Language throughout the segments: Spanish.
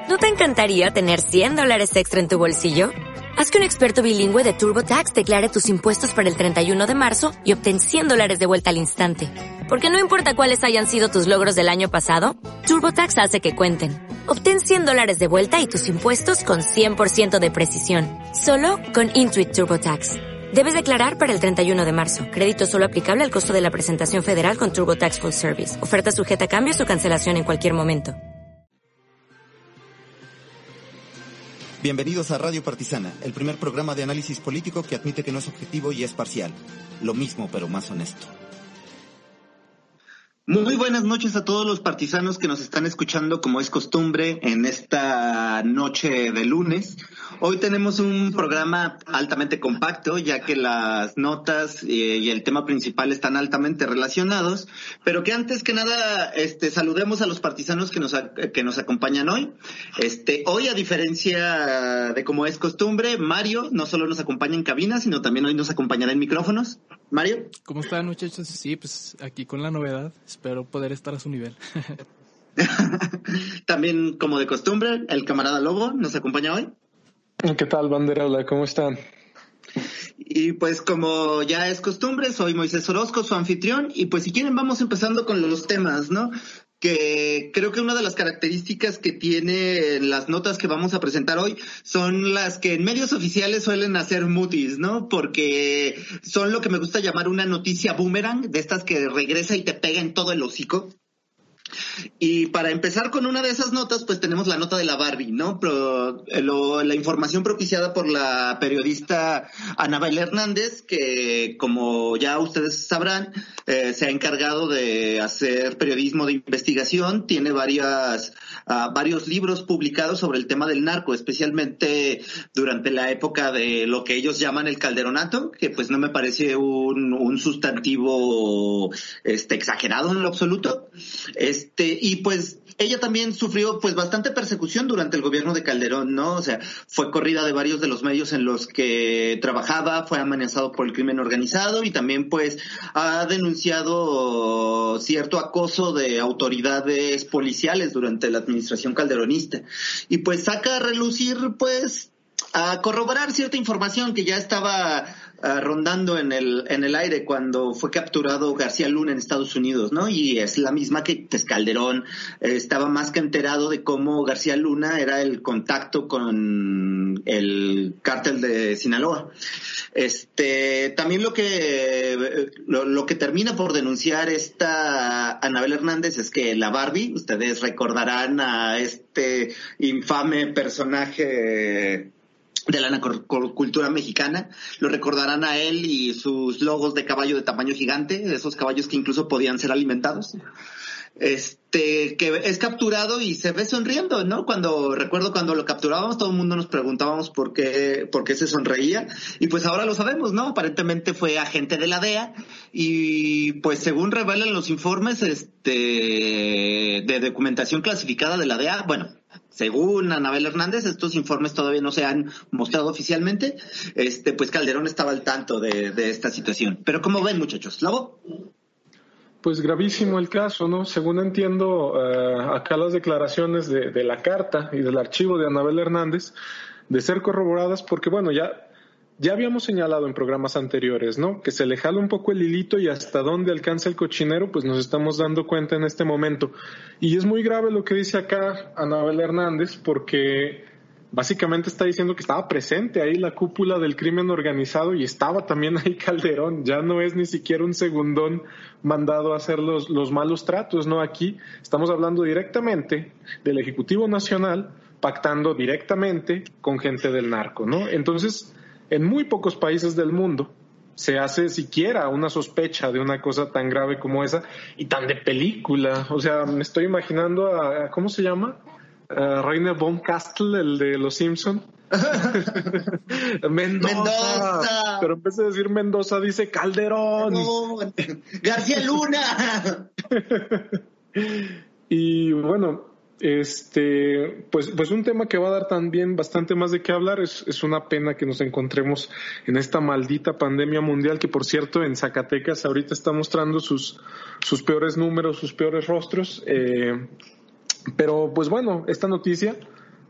¿No te encantaría tener $100 extra en tu bolsillo? Haz que un experto bilingüe de TurboTax declare tus impuestos para el 31 de marzo y obtén $100 de vuelta al instante. Porque no importa cuáles hayan sido tus logros del año pasado, TurboTax hace que cuenten. Obtén $100 de vuelta y tus impuestos con 100% de precisión. Solo con Intuit TurboTax. Debes declarar para el 31 de marzo. Crédito solo aplicable al costo de la presentación federal con TurboTax Full Service. Oferta sujeta a cambios o cancelación en cualquier momento. Bienvenidos a Radio Partisana, el primer programa de análisis político que admite que no es objetivo y es parcial. Lo mismo, pero más honesto. Muy buenas noches a todos los partisanos que nos están escuchando como es costumbre en esta noche de lunes. Hoy tenemos un programa altamente compacto ya que las notas y el tema principal están altamente relacionados, pero que antes que nada saludemos a los partisanos que nos acompañan hoy. Hoy, a diferencia de como es costumbre, Mario no solo nos acompaña en cabina, sino también hoy nos acompañará en micrófonos. Mario. ¿Cómo están, muchachos? Sí, pues aquí con la novedad. Espero poder estar a su nivel. También, como de costumbre, el camarada Lobo nos acompaña hoy. ¿Qué tal, Banderola? ¿Cómo están? Y pues como ya es costumbre, soy Moisés Orozco, su anfitrión, y pues si quieren vamos empezando con los temas, ¿no? Que creo que una de las características que tiene las notas que vamos a presentar hoy son las que en medios oficiales suelen hacer mutis, ¿no? Porque son lo que me gusta llamar una noticia boomerang, de estas que regresa y te pega en todo el hocico. Y para empezar con una de esas notas, pues tenemos la nota de la Barbie, ¿no? La información propiciada por la periodista Anabel Hernández, que como ya ustedes sabrán, se ha encargado de hacer periodismo de investigación, tiene varios libros publicados sobre el tema del narco, especialmente durante la época de lo que ellos llaman el calderonato, que pues no me parece un sustantivo exagerado en lo absoluto. Y pues ella también sufrió pues bastante persecución durante el gobierno de Calderón, ¿no? O sea, fue corrida de varios de los medios en los que trabajaba, fue amenazado por el crimen organizado y también pues ha denunciado cierto acoso de autoridades policiales durante la administración calderonista. Y pues saca a relucir pues a corroborar cierta información que ya estaba rondando en el aire cuando fue capturado García Luna en Estados Unidos, ¿no? Y es la misma que pues Calderón estaba más que enterado de cómo García Luna era el contacto con el cártel de Sinaloa. También lo que termina por denunciar esta Anabel Hernández es que la Barbie, ustedes recordarán a este infame personaje de la narcocultura mexicana, lo recordarán a él y sus logos de caballo de tamaño gigante, esos caballos que incluso podían ser alimentados, que es capturado y se ve sonriendo, ¿no? Recuerdo cuando lo capturábamos, todo el mundo nos preguntábamos por qué se sonreía, y pues ahora lo sabemos, ¿no? Aparentemente fue agente de la DEA, y pues según revelan los informes de documentación clasificada de la DEA, bueno, según Anabel Hernández, estos informes todavía no se han mostrado oficialmente, pues Calderón estaba al tanto de esta situación. Pero ¿cómo ven, muchachos? ¿Lobo? Pues gravísimo el caso, ¿no? Según entiendo, acá las declaraciones de la carta y del archivo de Anabel Hernández, de ser corroboradas, porque bueno, ya habíamos señalado en programas anteriores, ¿no? Que se le jala un poco el hilito y hasta dónde alcanza el cochinero, pues nos estamos dando cuenta en este momento. Y es muy grave lo que dice acá Anabel Hernández, porque básicamente está diciendo que estaba presente ahí la cúpula del crimen organizado y estaba también ahí Calderón. Ya no es ni siquiera un segundón mandado a hacer los malos tratos, ¿no? Aquí estamos hablando directamente del Ejecutivo Nacional pactando directamente con gente del narco, ¿no? Entonces, en muy pocos países del mundo se hace siquiera una sospecha de una cosa tan grave como esa y tan de película. O sea, me estoy imaginando a ¿cómo se llama? Rainer von Castle, el de Los Simpson. Mendoza. Pero en vez de decir Mendoza dice Calderón. No, García Luna. Y bueno, pues un tema que va a dar también bastante más de qué hablar. Es una pena que nos encontremos en esta maldita pandemia mundial que, por cierto, en Zacatecas ahorita está mostrando sus peores números, sus peores rostros. Pero pues bueno, esta noticia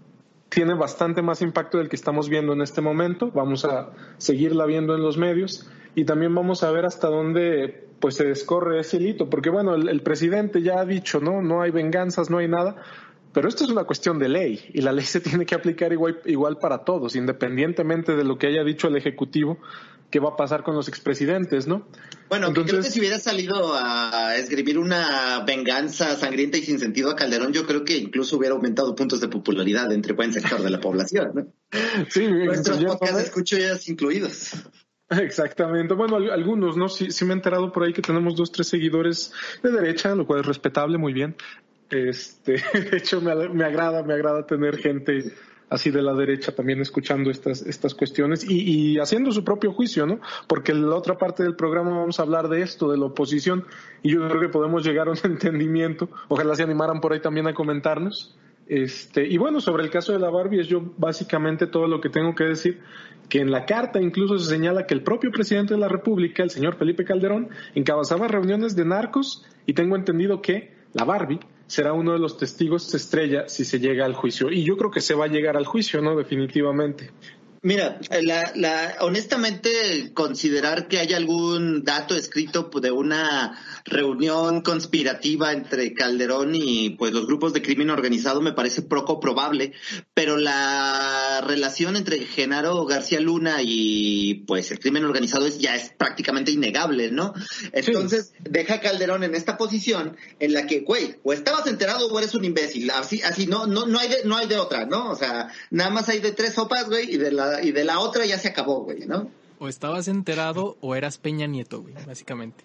tiene bastante más impacto del que estamos viendo en este momento. Vamos a seguirla viendo en los medios y también vamos a ver hasta dónde pues se descorre ese hilito, porque bueno, el presidente ya ha dicho, no hay venganzas, no hay nada, pero esto es una cuestión de ley y la ley se tiene que aplicar igual para todos, independientemente de lo que haya dicho el Ejecutivo, qué va a pasar con los expresidentes, ¿no? Bueno, entonces, creo que si hubiera salido a escribir una venganza sangrienta y sin sentido a Calderón, yo creo que incluso hubiera aumentado puntos de popularidad entre buen sector de la población, ¿no? Sí, nuestros podcasts escuchas incluidos. Exactamente. Bueno, algunos, ¿no? Sí me he enterado por ahí que tenemos 2-3 seguidores de derecha, lo cual es respetable, muy bien. De hecho, me agrada tener gente así de la derecha también escuchando estas cuestiones y haciendo su propio juicio, ¿no? Porque en la otra parte del programa vamos a hablar de esto, de la oposición, y yo creo que podemos llegar a un entendimiento. Ojalá se animaran por ahí también a comentarnos. Y bueno, sobre el caso de la Barbie es yo básicamente todo lo que tengo que decir, que en la carta incluso se señala que el propio presidente de la República, el señor Felipe Calderón, encabezaba reuniones de narcos y tengo entendido que la Barbie será uno de los testigos estrella si se llega al juicio. Y yo creo que se va a llegar al juicio, ¿no? Definitivamente. Mira, honestamente, considerar que haya algún dato escrito de una reunión conspirativa entre Calderón y pues los grupos de crimen organizado me parece poco probable, pero la relación entre Genaro García Luna y pues el crimen organizado ya es prácticamente innegable, ¿no? Entonces, sí, deja a Calderón en esta posición en la que, güey, o estabas enterado o eres un imbécil, así no hay de otra, ¿no? O sea, nada más hay de tres sopas, güey, y de la otra ya se acabó, güey, ¿no? O estabas enterado o eras Peña Nieto, güey, básicamente.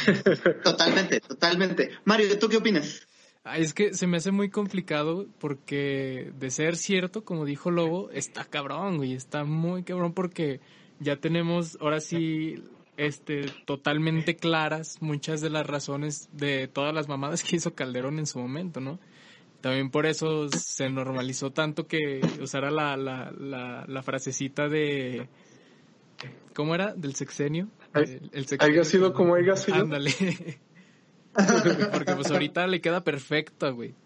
Totalmente. Mario, ¿tú qué opinas? Es que se me hace muy complicado porque de ser cierto, como dijo Lobo, está cabrón, güey, está muy cabrón porque ya tenemos ahora sí totalmente claras muchas de las razones de todas las mamadas que hizo Calderón en su momento, ¿no? También por eso se normalizó tanto que usara la frasecita de... ¿Cómo era? ¿Del sexenio? El sexenio. Haya sido como haya sido. Ándale. Porque pues ahorita le queda perfecta, güey.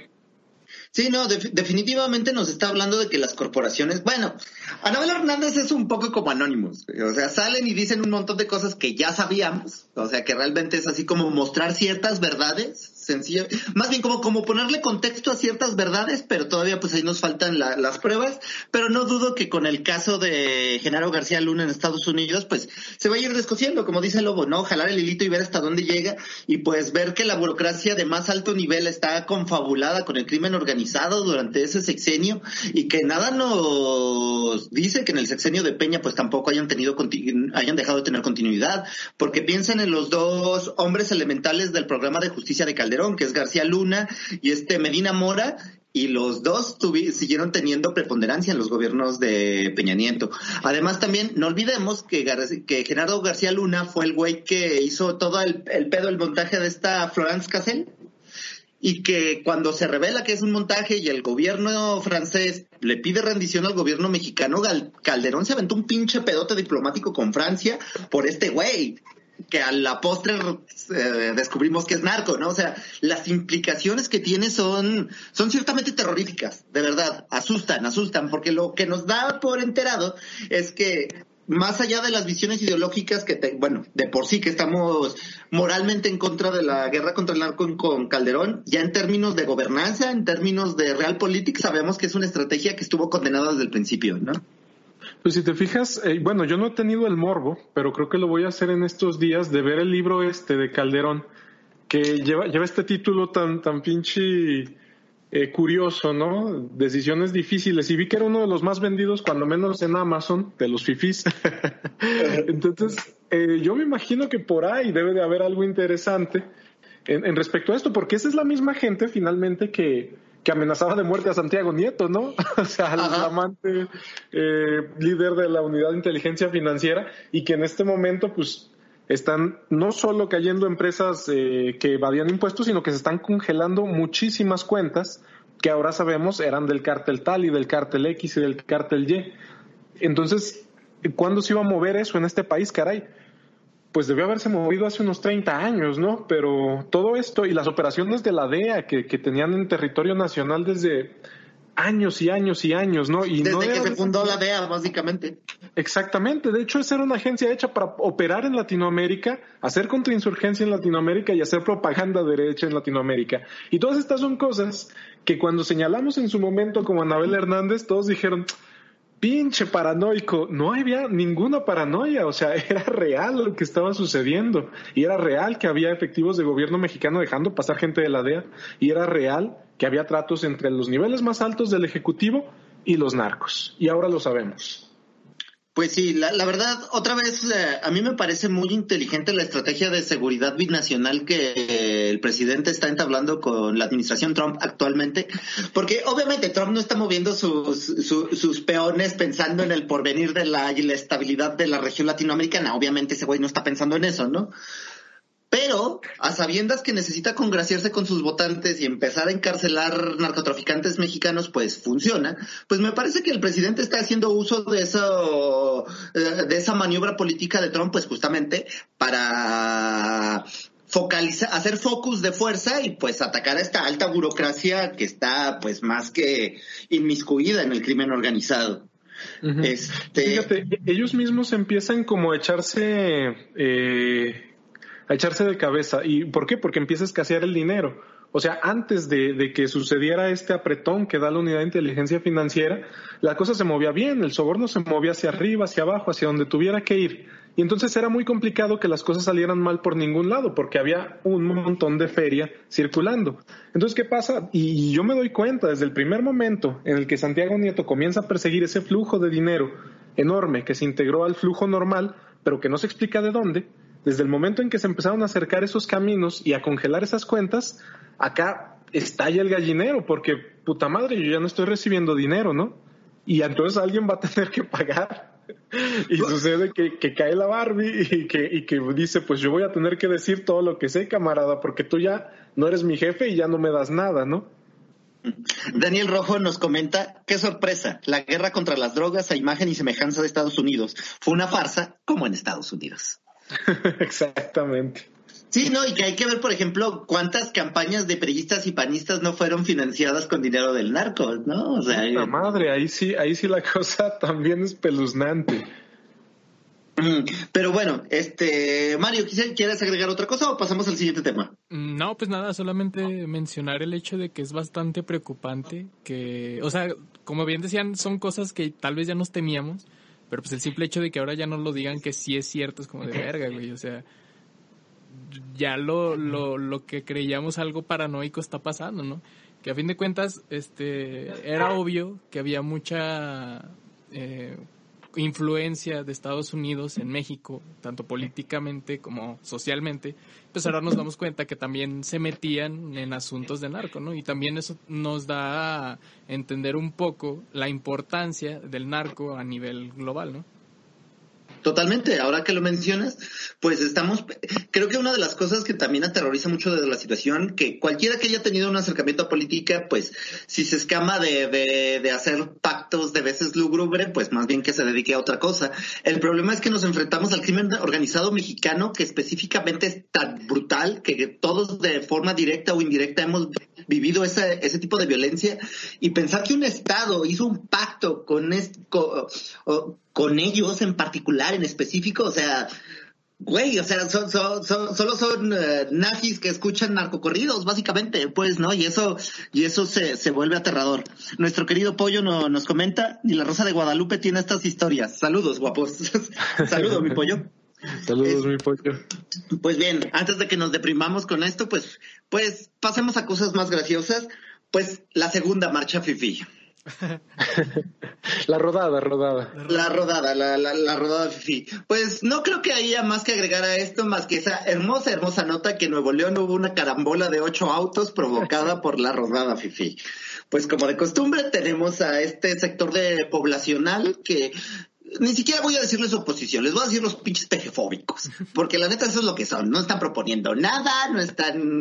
Sí, no, definitivamente nos está hablando de que las corporaciones... Bueno, Anabel Hernández es un poco como Anonymous, o sea, salen y dicen un montón de cosas que ya sabíamos, o sea, que realmente es así como mostrar ciertas verdades, sencillo, más bien como ponerle contexto a ciertas verdades, pero todavía pues ahí nos faltan las pruebas, pero no dudo que con el caso de Genaro García Luna en Estados Unidos, pues se va a ir descosiendo, como dice Lobo, ¿no? Jalar el hilito y ver hasta dónde llega y pues ver que la burocracia de más alto nivel está confabulada con el crimen organizado durante ese sexenio y que nada nos dice que en el sexenio de Peña pues tampoco hayan dejado de tener continuidad, porque piensan en los dos hombres elementales del programa de justicia de Calderón, que es García Luna y Medina Mora, y los dos siguieron teniendo preponderancia en los gobiernos de Peña Nieto. Además también no olvidemos que Genaro García Luna fue el güey que hizo todo el pedo, el montaje de esta Florence Cassel, y que cuando se revela que es un montaje y el gobierno francés le pide rendición al gobierno mexicano, Calderón se aventó un pinche pedote diplomático con Francia por este güey, que a la postre descubrimos que es narco, ¿no? O sea, las implicaciones que tiene son ciertamente terroríficas, de verdad, asustan, porque lo que nos da por enterado es que más allá de las visiones ideológicas de por sí que estamos moralmente en contra de la guerra contra el narco con Calderón, ya en términos de gobernanza, en términos de realpolitik, sabemos que es una estrategia que estuvo condenada desde el principio, ¿no? Pues si te fijas, bueno, yo no he tenido el morbo, pero creo que lo voy a hacer en estos días de ver el libro de Calderón, que lleva este título tan pinche curioso, ¿no? Decisiones difíciles, y vi que era uno de los más vendidos, cuando menos en Amazon, de los fifís. Entonces, yo me imagino que por ahí debe de haber algo interesante en respecto a esto, porque esa es la misma gente finalmente que amenazaba de muerte a Santiago Nieto, ¿no? O sea, el flamante líder de la Unidad de Inteligencia Financiera, y que en este momento pues están no solo cayendo empresas que evadían impuestos, sino que se están congelando muchísimas cuentas que ahora sabemos eran del cártel tal y del cártel X y del cártel Y. Entonces, ¿cuándo se iba a mover eso en este país, caray? Pues debió haberse movido hace unos 30 años, ¿no? Pero todo esto y las operaciones de la DEA que tenían en territorio nacional desde años y años y años, ¿no? Y desde no que se fundó la DEA, básicamente. Exactamente, de hecho esa era una agencia hecha para operar en Latinoamérica, hacer contrainsurgencia en Latinoamérica y hacer propaganda derecha en Latinoamérica. Y todas estas son cosas que cuando señalamos en su momento como Anabel Hernández, todos dijeron, pinche paranoico. No había ninguna paranoia, o sea, era real lo que estaba sucediendo y era real que había efectivos de gobierno mexicano dejando pasar gente de la DEA y era real que había tratos entre los niveles más altos del Ejecutivo y los narcos, y ahora lo sabemos. Pues sí, la verdad, otra vez, a mí me parece muy inteligente la estrategia de seguridad binacional que el presidente está entablando con la administración Trump actualmente, porque obviamente Trump no está moviendo sus peones pensando en el porvenir y la estabilidad de la región latinoamericana. Obviamente ese güey no está pensando en eso, ¿no? Pero, a sabiendas que necesita congraciarse con sus votantes y empezar a encarcelar narcotraficantes mexicanos, pues funciona. Pues me parece que el presidente está haciendo uso de esa maniobra política de Trump, pues justamente para hacer focus de fuerza y pues atacar a esta alta burocracia que está pues más que inmiscuida en el crimen organizado. Uh-huh. Fíjate, ellos mismos empiezan como a echarse de cabeza. ¿Y por qué? Porque empieza a escasear el dinero. O sea, antes de que sucediera este apretón que da la unidad de inteligencia financiera, la cosa se movía bien, el soborno se movía hacia arriba, hacia abajo, hacia donde tuviera que ir. Y entonces era muy complicado que las cosas salieran mal por ningún lado, porque había un montón de feria circulando. Entonces, ¿qué pasa? Y yo me doy cuenta, desde el primer momento en el que Santiago Nieto comienza a perseguir ese flujo de dinero enorme que se integró al flujo normal, pero que no se explica de dónde, desde el momento en que se empezaron a acercar esos caminos y a congelar esas cuentas, acá estalla el gallinero, porque puta madre, yo ya no estoy recibiendo dinero, ¿no? Y entonces alguien va a tener que pagar. Y sucede que cae la Barbie y que dice, pues yo voy a tener que decir todo lo que sé, camarada, porque tú ya no eres mi jefe y ya no me das nada, ¿no? Daniel Rojo nos comenta, qué sorpresa, la guerra contra las drogas a imagen y semejanza de Estados Unidos fue una farsa como en Estados Unidos. Exactamente. Sí, no, y que hay que ver, por ejemplo, cuántas campañas de priistas y panistas no fueron financiadas con dinero del narco, ¿no? O sea, la madre, ahí sí la cosa también es espeluznante. Pero bueno, Mario, ¿quieres agregar otra cosa o pasamos al siguiente tema? No, pues nada, solamente mencionar el hecho de que es bastante preocupante que, o sea, como bien decían, son cosas que tal vez ya nos temíamos, pero pues el simple hecho de que ahora ya nos lo digan que sí es cierto es como de verga, güey, o sea, ya lo que creíamos algo paranoico está pasando, ¿no? Que a fin de cuentas, era obvio que había mucha influencia de Estados Unidos en México, tanto políticamente como socialmente, pues ahora nos damos cuenta que también se metían en asuntos de narco, ¿no? Y también eso nos da a entender un poco la importancia del narco a nivel global, ¿no? Totalmente, ahora que lo mencionas, pues creo que una de las cosas que también aterroriza mucho de la situación, que cualquiera que haya tenido un acercamiento a política, pues si se escama de hacer pactos de veces lúgubre, pues más bien que se dedique a otra cosa. El problema es que nos enfrentamos al crimen organizado mexicano, que específicamente es tan brutal, que todos de forma directa o indirecta hemos vivido ese tipo de violencia, y pensar que un Estado hizo un pacto con ellos en particular, en específico, o sea, güey, o sea, solo son nazis que escuchan narcocorridos, básicamente, pues, ¿no? Y eso se vuelve aterrador. Nuestro querido Pollo nos comenta, y la Rosa de Guadalupe tiene estas historias. Saludos, guapos. Saludos, mi Pollo. Saludos, mi Pollo. Pues bien, antes de que nos deprimamos con esto, pues pasemos a cosas más graciosas. Pues la segunda marcha fifí. La rodada fifí. Pues no creo que haya más que agregar a esto, más que esa hermosa nota que en Nuevo León hubo una carambola de 8 autos provocada por la rodada fifí. Pues como de costumbre tenemos a este sector poblacional que ni siquiera voy a decirles oposición, les voy a decir los pinches pejefóbicos, porque la neta eso es lo que son, no están proponiendo nada, no están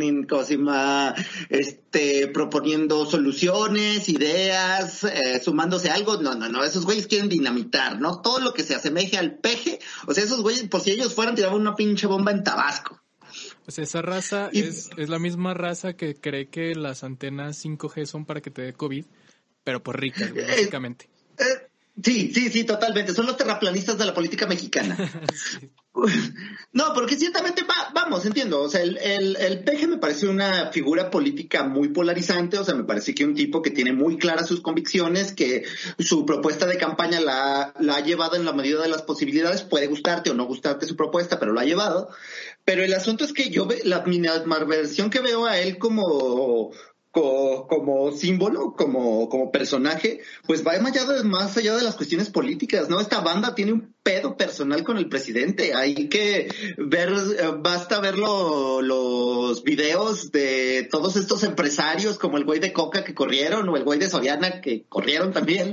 proponiendo soluciones, ideas, sumándose a algo, no, esos güeyes quieren dinamitar, ¿no? Todo lo que se asemeje al peje, o sea, esos güeyes, por si ellos fueran, tiraban una pinche bomba en Tabasco. O sea, esa raza es la misma raza que cree que las antenas 5G son para que te dé COVID, pero pues ricas, güey, básicamente. Sí, totalmente. Son los terraplanistas de la política mexicana. Sí. No, porque ciertamente, vamos, entiendo. O sea, el Peje me parece una figura política muy polarizante. O sea, me parece que un tipo que tiene muy claras sus convicciones, que su propuesta de campaña la ha llevado en la medida de las posibilidades. Puede gustarte o no gustarte su propuesta, pero la ha llevado. Pero el asunto es que yo la versión que veo a él como símbolo, como personaje, pues va más allá de las cuestiones políticas, ¿no? Esta banda tiene un pedo personal con el presidente. Hay que basta ver los videos de todos estos empresarios, como el güey de Coca que corrieron, o el güey de Soriana que corrieron también.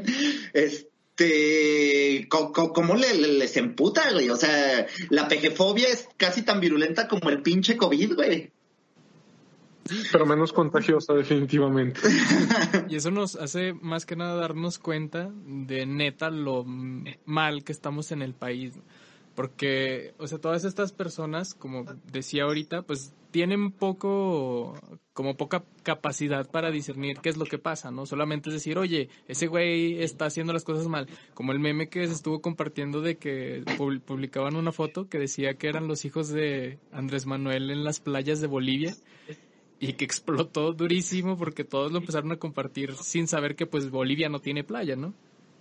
¿Cómo les emputa, güey? O sea, la pejefobia es casi tan virulenta como el pinche COVID, güey. Pero menos contagiosa, definitivamente. Y eso nos hace más que nada darnos cuenta de neta lo mal que estamos en el país. Porque, o sea, todas estas personas, como decía ahorita, pues tienen poca capacidad para discernir qué es lo que pasa, ¿no? Solamente es decir, oye, ese güey está haciendo las cosas mal. Como el meme que se estuvo compartiendo de que publicaban una foto que decía que eran los hijos de Andrés Manuel en las playas de Bolivia. Y que explotó durísimo porque todos lo empezaron a compartir sin saber que pues Bolivia no tiene playa, ¿no?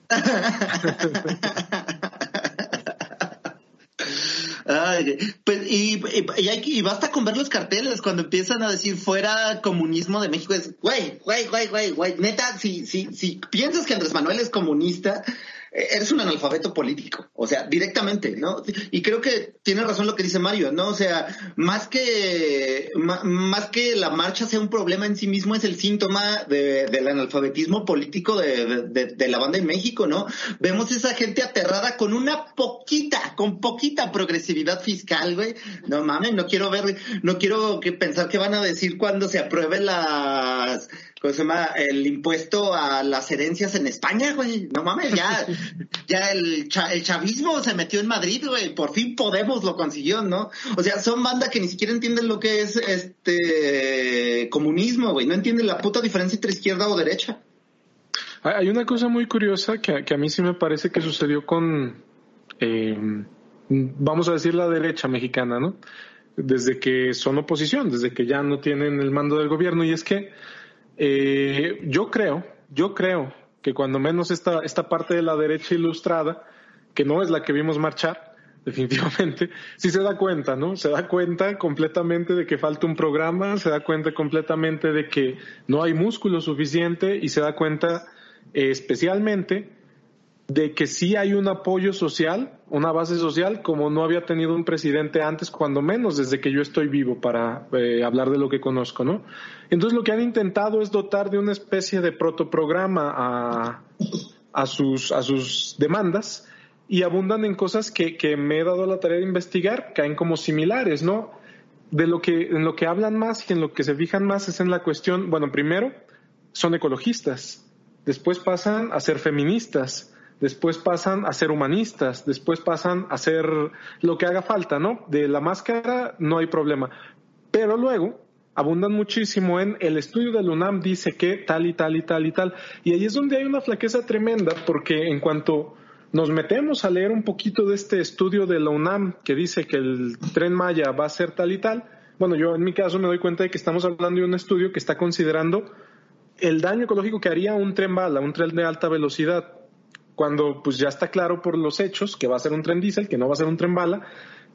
Ay, pues, y basta con ver los carteles cuando empiezan a decir fuera comunismo de México. Es güey, neta, si piensas que Andrés Manuel es comunista, eres un analfabeto político, o sea, directamente, ¿no? Y creo que tiene razón lo que dice Mario, ¿no? O sea, más que la marcha sea un problema en sí mismo, es el síntoma del analfabetismo político de la banda en México, ¿no? Vemos esa gente aterrada con poquita progresividad fiscal, güey. No mames, no quiero pensar qué van a decir cuando se apruebe ¿cómo se llama? El impuesto a las herencias en España, güey. No mames, ya el chavismo se metió en Madrid, güey. Por fin Podemos lo consiguió, ¿no? O sea, son bandas que ni siquiera entienden lo que es comunismo, güey. No entienden la puta diferencia entre izquierda o derecha. Hay una cosa muy curiosa que a mí sí me parece que sucedió con, vamos a decir, la derecha mexicana, ¿no? Desde que son oposición, desde que ya no tienen el mando del gobierno. Y es que yo creo que cuando menos esta parte de la derecha ilustrada, que no es la que vimos marchar, definitivamente, sí se da cuenta, ¿no? Se da cuenta completamente de que falta un programa, se da cuenta completamente de que no hay músculo suficiente y se da cuenta especialmente de que sí hay un apoyo social, una base social, como no había tenido un presidente antes, cuando menos desde que yo estoy vivo, para hablar de lo que conozco, ¿no? Entonces lo que han intentado es dotar de una especie de protoprograma a sus demandas, y abundan en cosas que me he dado la tarea de investigar, caen como similares, ¿no? En lo que hablan más y en lo que se fijan más es en la cuestión, bueno, primero son ecologistas, después pasan a ser feministas, después pasan a ser humanistas, después pasan a ser lo que haga falta, ¿no? De la máscara no hay problema. Pero luego abundan muchísimo en el estudio de la UNAM dice que tal y tal y tal y tal. Y ahí es donde hay una flaqueza tremenda, porque en cuanto nos metemos a leer un poquito de este estudio de la UNAM que dice que el Tren Maya va a ser tal y tal, bueno, yo en mi caso me doy cuenta de que estamos hablando de un estudio que está considerando el daño ecológico que haría un tren bala, un tren de alta velocidad, cuando pues ya está claro por los hechos que va a ser un tren diésel, que no va a ser un tren bala,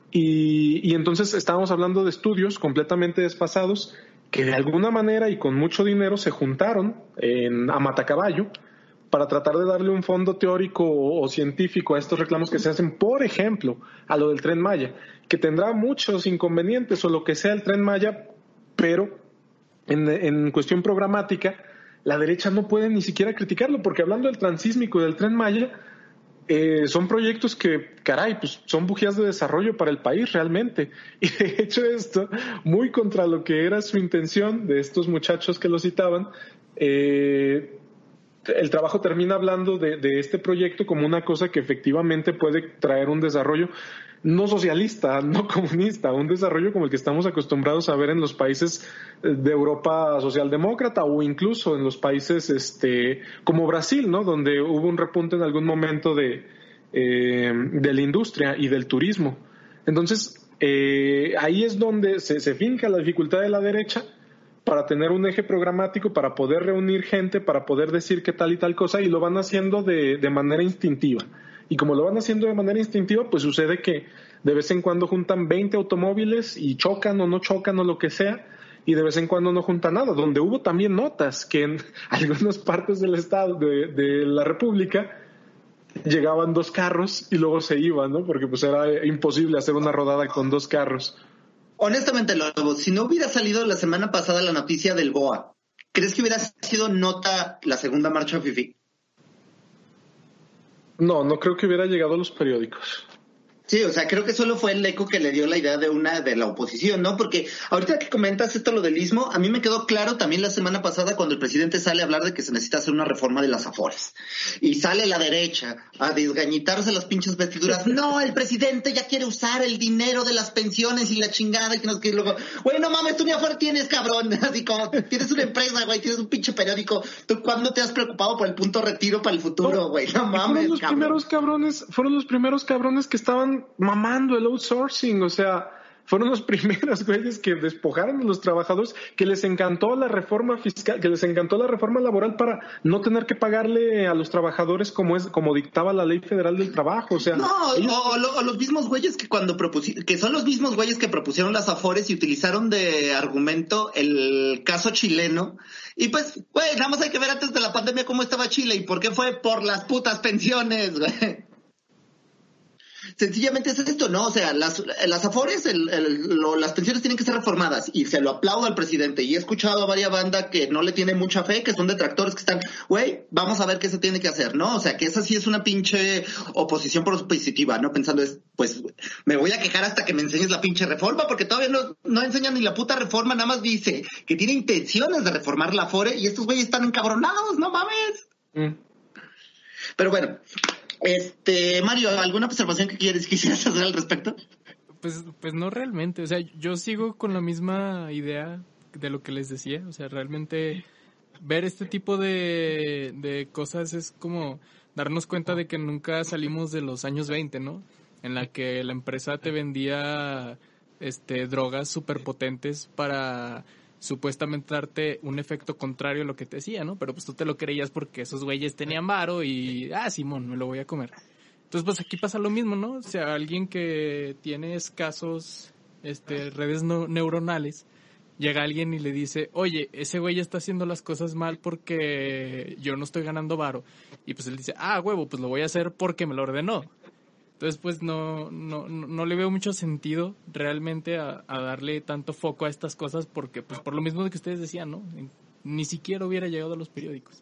y entonces estábamos hablando de estudios completamente desfasados que de alguna manera y con mucho dinero se juntaron a matacaballo para tratar de darle un fondo teórico o científico a estos reclamos que se hacen, por ejemplo, a lo del Tren Maya, que tendrá muchos inconvenientes o lo que sea el Tren Maya, pero en cuestión programática la derecha no puede ni siquiera criticarlo, porque hablando del transísmico y del Tren Maya, son proyectos que, caray, pues son bujías de desarrollo para el país realmente. Y de hecho esto, muy contra lo que era su intención de estos muchachos que lo citaban, el trabajo termina hablando de este proyecto como una cosa que efectivamente puede traer un desarrollo no socialista, no comunista, un desarrollo como el que estamos acostumbrados a ver en los países de Europa socialdemócrata o incluso en los países como Brasil, ¿no? Donde hubo un repunte en algún momento de la industria y del turismo. Entonces, ahí es donde se finca la dificultad de la derecha para tener un eje programático, para poder reunir gente, para poder decir qué tal y tal cosa, y lo van haciendo de manera instintiva. Y como lo van haciendo de manera instintiva, pues sucede que de vez en cuando juntan 20 automóviles y chocan o no chocan o lo que sea, y de vez en cuando no juntan nada. Donde hubo también notas que en algunas partes del estado, de la República, llegaban 2 carros y luego se iban, ¿no? Porque pues era imposible hacer una rodada con 2 carros. Honestamente, Lobo, si no hubiera salido la semana pasada la noticia del BOA, ¿crees que hubiera sido nota la segunda marcha FIFI? No creo que hubiera llegado a los periódicos. Sí, o sea, creo que solo fue el eco que le dio la idea de la oposición, ¿no? Porque ahorita que comentas esto, lo del istmo, a mí me quedó claro también la semana pasada cuando el presidente sale a hablar de que se necesita hacer una reforma de las Afores. Y sale la derecha a desgañitarse las pinches vestiduras. No, el presidente ya quiere usar el dinero de las pensiones y la chingada y que nos que luego, güey, no mames, tú ni Afore tienes, cabrón. Así como tienes una empresa, güey, tienes un pinche periódico. ¿Tú cuándo te has preocupado por el punto retiro para el futuro, güey? No mames, fueron los primeros cabrones que estaban mamando el outsourcing, o sea, fueron los primeros güeyes que despojaron a los trabajadores, que les encantó la reforma fiscal, que les encantó la reforma laboral para no tener que pagarle a los trabajadores como dictaba la Ley Federal del Trabajo, o sea. No, o los mismos güeyes que que son los mismos güeyes que propusieron las Afores y utilizaron de argumento el caso chileno. Y pues, güey, nada más hay que ver antes de la pandemia cómo estaba Chile y por qué fue por las putas pensiones, güey. Sencillamente es esto, ¿no? O sea, las Afores, las pensiones tienen que ser reformadas y se lo aplaudo al presidente. Y he escuchado a varias bandas que no le tienen mucha fe, que son detractores, que están, güey, vamos a ver qué se tiene que hacer, ¿no? O sea, que esa sí es una pinche oposición positiva, ¿no? Pensando pues, me voy a quejar hasta que me enseñes la pinche reforma, porque todavía no enseñan ni la puta reforma, nada más dice que tiene intenciones de reformar la Afore y estos güeyes están encabronados, no mames. Pero bueno. Mario, ¿alguna observación que quisieras hacer al respecto? Pues no realmente, o sea, yo sigo con la misma idea de lo que les decía, o sea, realmente ver este tipo de cosas es como darnos cuenta de que nunca salimos de los años 20, ¿no? En la que la empresa te vendía drogas superpotentes para supuestamente darte un efecto contrario a lo que te decía, ¿no? Pero pues tú te lo creías porque esos güeyes tenían varo y, Simón, me lo voy a comer. Entonces, pues aquí pasa lo mismo, ¿no? O sea, alguien que tiene escasos redes neuronales, llega alguien y le dice, oye, ese güey está haciendo las cosas mal porque yo no estoy ganando varo. Y pues él dice, huevo, pues lo voy a hacer porque me lo ordenó. Entonces, pues no le veo mucho sentido realmente a darle tanto foco a estas cosas porque, pues por lo mismo de que ustedes decían, ¿no? Ni siquiera hubiera llegado a los periódicos.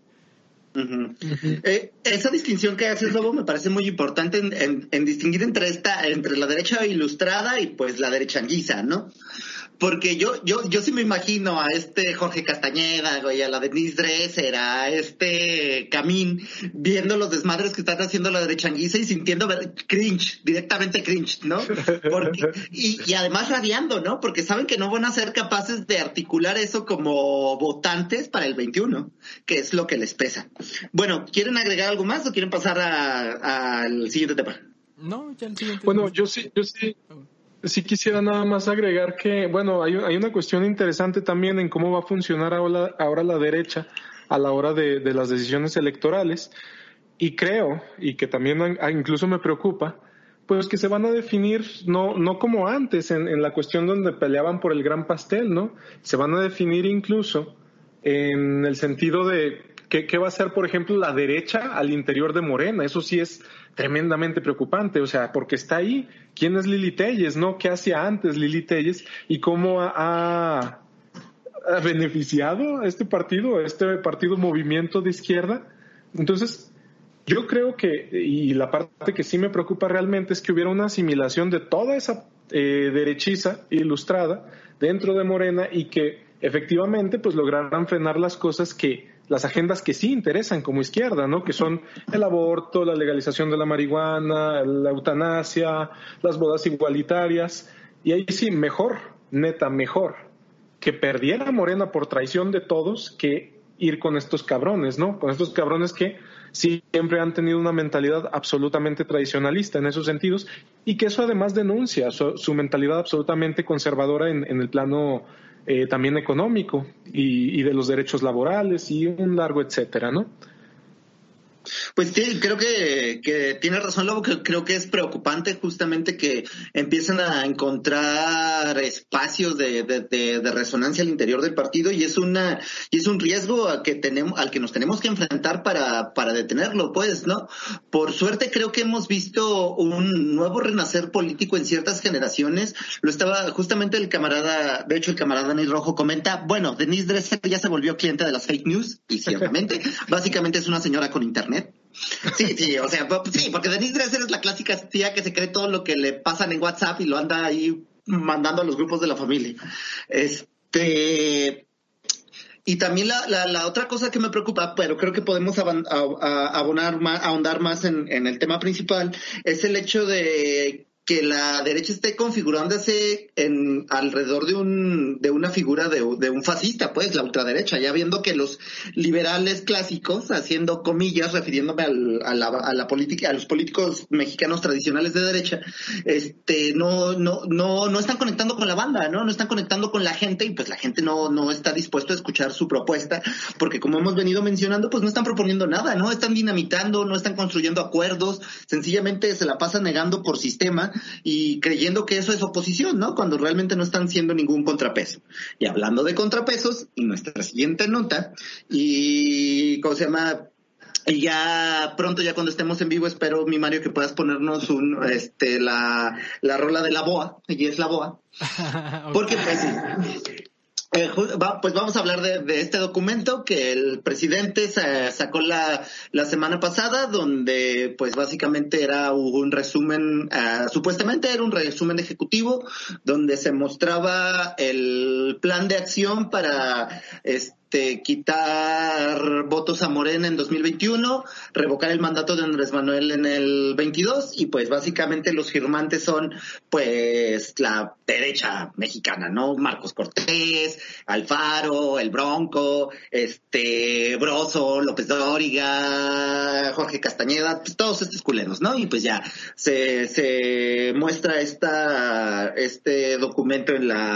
Esa distinción que haces, Lobo, me parece muy importante en distinguir entre la derecha ilustrada y pues la derecha anguisa, ¿no? Porque yo sí me imagino a Jorge Castañeda, güey, a la Denise Dresser, a Camín, viendo los desmadres que están haciendo la derecha anguisa y sintiendo cringe, directamente cringe, ¿no? Y además radiando, ¿no? Porque saben que no van a ser capaces de articular eso como votantes para el 21, que es lo que les pesa. Bueno, ¿quieren agregar algo más o quieren pasar al siguiente tema? No, ya el siguiente. Bueno, yo sí. Sí quisiera nada más agregar que, bueno, hay una cuestión interesante también en cómo va a funcionar ahora la derecha a la hora de las decisiones electorales, y creo, y que también incluso me preocupa, pues que se van a definir no como antes en la cuestión donde peleaban por el gran pastel, ¿no? Se van a definir incluso en el sentido de qué va a ser, por ejemplo, la derecha al interior de Morena. Eso sí es tremendamente preocupante, o sea, porque está ahí. ¿Quién es Lili Téllez, no? ¿Qué hacía antes Lili Téllez? ¿Y cómo ha beneficiado a este partido movimiento de izquierda? Entonces, yo creo que, y la parte que sí me preocupa realmente es que hubiera una asimilación de toda esa derechiza ilustrada dentro de Morena y que efectivamente pues lograran frenar las cosas que las agendas que sí interesan como izquierda, ¿no? Que son el aborto, la legalización de la marihuana, la eutanasia, las bodas igualitarias. Y ahí sí, mejor, neta, mejor que perdiera Morena por traición de todos que ir con estos cabrones, ¿no? Con estos cabrones que siempre han tenido una mentalidad absolutamente tradicionalista en esos sentidos, y que eso además denuncia su mentalidad absolutamente conservadora en el plano también económico y de los derechos laborales y un largo etcétera, ¿no? Pues sí, creo que tienes razón, Lobo, que creo que es preocupante justamente que empiezan a encontrar espacios de resonancia al interior del partido, y es un riesgo al que nos tenemos que enfrentar para detenerlo, pues, ¿no? Por suerte creo que hemos visto un nuevo renacer político en ciertas generaciones. Lo estaba justamente el camarada Denis Rojo comenta, bueno, Denise Dresser ya se volvió cliente de las fake news, y ciertamente, básicamente es una señora con internet. Sí, o sea, sí, porque Denise Dresser es la clásica tía que se cree todo lo que le pasan en WhatsApp y lo anda ahí mandando a los grupos de la familia. Y también la otra cosa que me preocupa, pero creo que podemos ahondar más en el tema principal, es el hecho de que la derecha esté configurándose alrededor de una figura de un fascista, pues, la ultraderecha, ya viendo que los liberales clásicos, haciendo comillas, refiriéndome a la política, a los políticos mexicanos tradicionales de derecha, no están conectando con la banda, no están conectando con la gente, y pues la gente no está dispuesto a escuchar su propuesta, porque como hemos venido mencionando, pues no están proponiendo nada, no están dinamitando, no están construyendo acuerdos, sencillamente se la pasan negando por sistema y creyendo que eso es oposición, ¿no? Cuando realmente no están siendo ningún contrapeso. Y hablando de contrapesos, y nuestra siguiente nota, y ¿cómo se llama? Y ya pronto, ya cuando estemos en vivo, espero, mi Mario, que puedas ponernos la rola de la BOA, y es la BOA. Okay. Porque pues pues vamos a hablar de este documento que el presidente sacó la semana pasada, donde pues básicamente era un resumen, supuestamente era un resumen ejecutivo, donde se mostraba el plan de acción para quitar votos a Morena en 2021, revocar el mandato de Andrés Manuel en el 22, y pues básicamente los firmantes son pues la derecha mexicana, ¿no? Marcos Cortés, Alfaro, El Bronco, Broso, López Dóriga, Jorge Castañeda, pues todos estos culeros, ¿no? Y pues ya se muestra este documento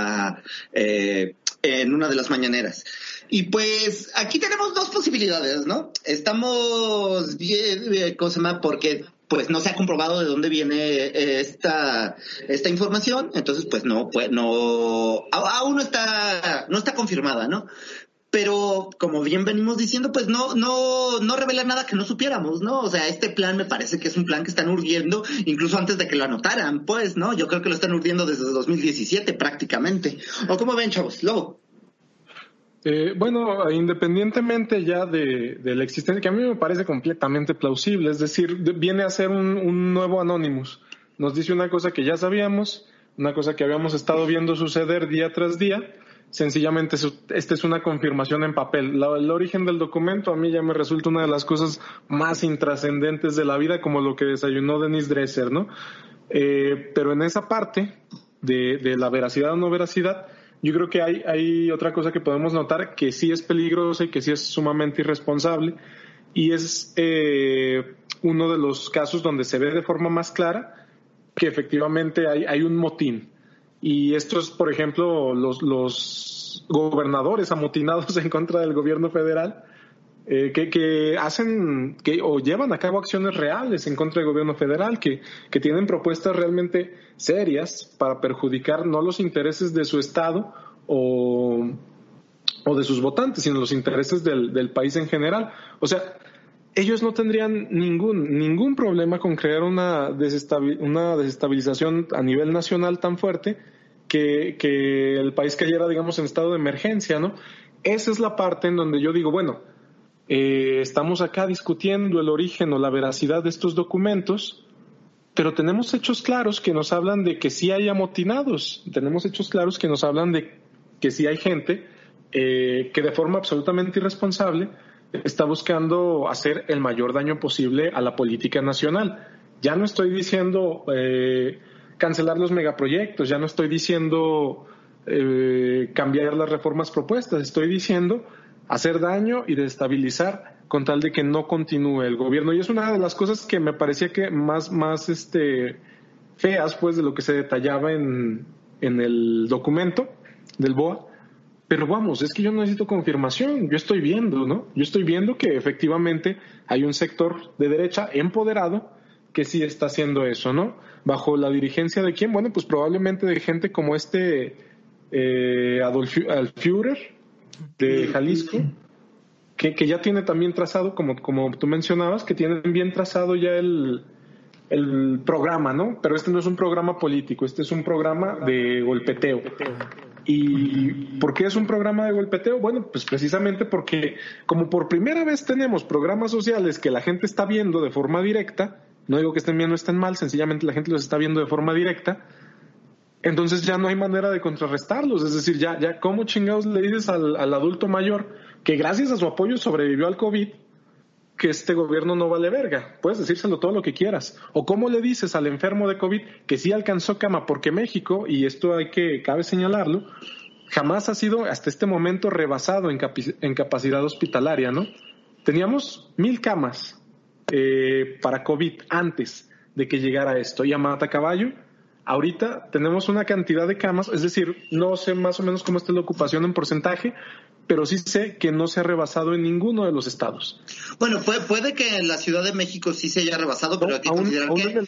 en una de las mañaneras. Y pues aquí tenemos dos posibilidades, ¿no? Estamos bien, ¿cómo se llama? Porque pues no se ha comprobado de dónde viene esta información, entonces pues aún no está confirmada, ¿no? Pero como bien venimos diciendo, pues no revela nada que no supiéramos, ¿no? O sea, este plan me parece que es un plan que están urdiendo incluso antes de que lo anotaran, pues, ¿no? Yo creo que lo están urdiendo desde 2017 prácticamente. ¿O cómo ven, chavos? Lobo. Bueno, independientemente ya de la existencia, que a mí me parece completamente plausible, es decir, viene a ser un nuevo Anonymous. Nos dice una cosa que ya sabíamos, una cosa que habíamos estado viendo suceder día tras día. Sencillamente, esta es una confirmación en papel. El origen del documento a mí ya me resulta una de las cosas más intrascendentes de la vida, como lo que desayunó Denise Dresser, ¿no? Pero en esa parte de la veracidad o no veracidad, yo creo que hay otra cosa que podemos notar que sí es peligrosa y que sí es sumamente irresponsable, y es uno de los casos donde se ve de forma más clara que efectivamente hay un motín. Y estos, por ejemplo, los gobernadores amotinados en contra del gobierno federal, que hacen o llevan a cabo acciones reales en contra del gobierno federal, que tienen propuestas realmente serias para perjudicar no los intereses de su estado o de sus votantes, sino los intereses del país en general. O sea, ellos no tendrían ningún problema con crear una desestabilización a nivel nacional tan fuerte que el país cayera, digamos, en estado de emergencia, ¿no? Esa es la parte en donde yo digo, bueno, estamos acá discutiendo el origen o la veracidad de estos documentos, pero tenemos hechos claros que nos hablan de que sí hay amotinados, tenemos hechos claros que nos hablan de que sí hay gente que de forma absolutamente irresponsable está buscando hacer el mayor daño posible a la política nacional. Ya no estoy diciendo cancelar los megaproyectos, ya no estoy diciendo cambiar las reformas propuestas, estoy diciendo hacer daño y desestabilizar con tal de que no continúe el gobierno. Y es una de las cosas que me parecía que más feas, pues, de lo que se detallaba en el documento del BOA. Pero vamos, es que yo no necesito confirmación, yo estoy viendo, ¿no? Yo estoy viendo que efectivamente hay un sector de derecha empoderado que sí está haciendo eso, ¿no? ¿Bajo la dirigencia de quién? Bueno, pues probablemente de gente como Adolf Führer de Jalisco, que ya tiene también trazado, como tú mencionabas, que tienen bien trazado ya el programa, ¿no? Pero este no es un programa político, este es un programa de golpeteo. ¿Y por qué es un programa de golpeteo? Bueno, pues precisamente porque como por primera vez tenemos programas sociales que la gente está viendo de forma directa, no digo que estén bien o estén mal, sencillamente la gente los está viendo de forma directa, entonces ya no hay manera de contrarrestarlos. Es decir, ya ¿cómo chingados le dices al adulto mayor que gracias a su apoyo sobrevivió al COVID, que este gobierno no vale verga? Puedes decírselo todo lo que quieras. O cómo le dices al enfermo de COVID que sí alcanzó cama, porque México, y esto cabe señalarlo, jamás ha sido hasta este momento rebasado en capacidad hospitalaria, ¿no? Teníamos 1,000 camas para COVID antes de que llegara esto. Y a Matacaballo, ahorita tenemos una cantidad de camas, es decir, no sé más o menos cómo está la ocupación en porcentaje, pero sí sé que no se ha rebasado en ninguno de los estados. Bueno, puede que en la Ciudad de México sí se haya rebasado, pero hay que considerar que... Aún en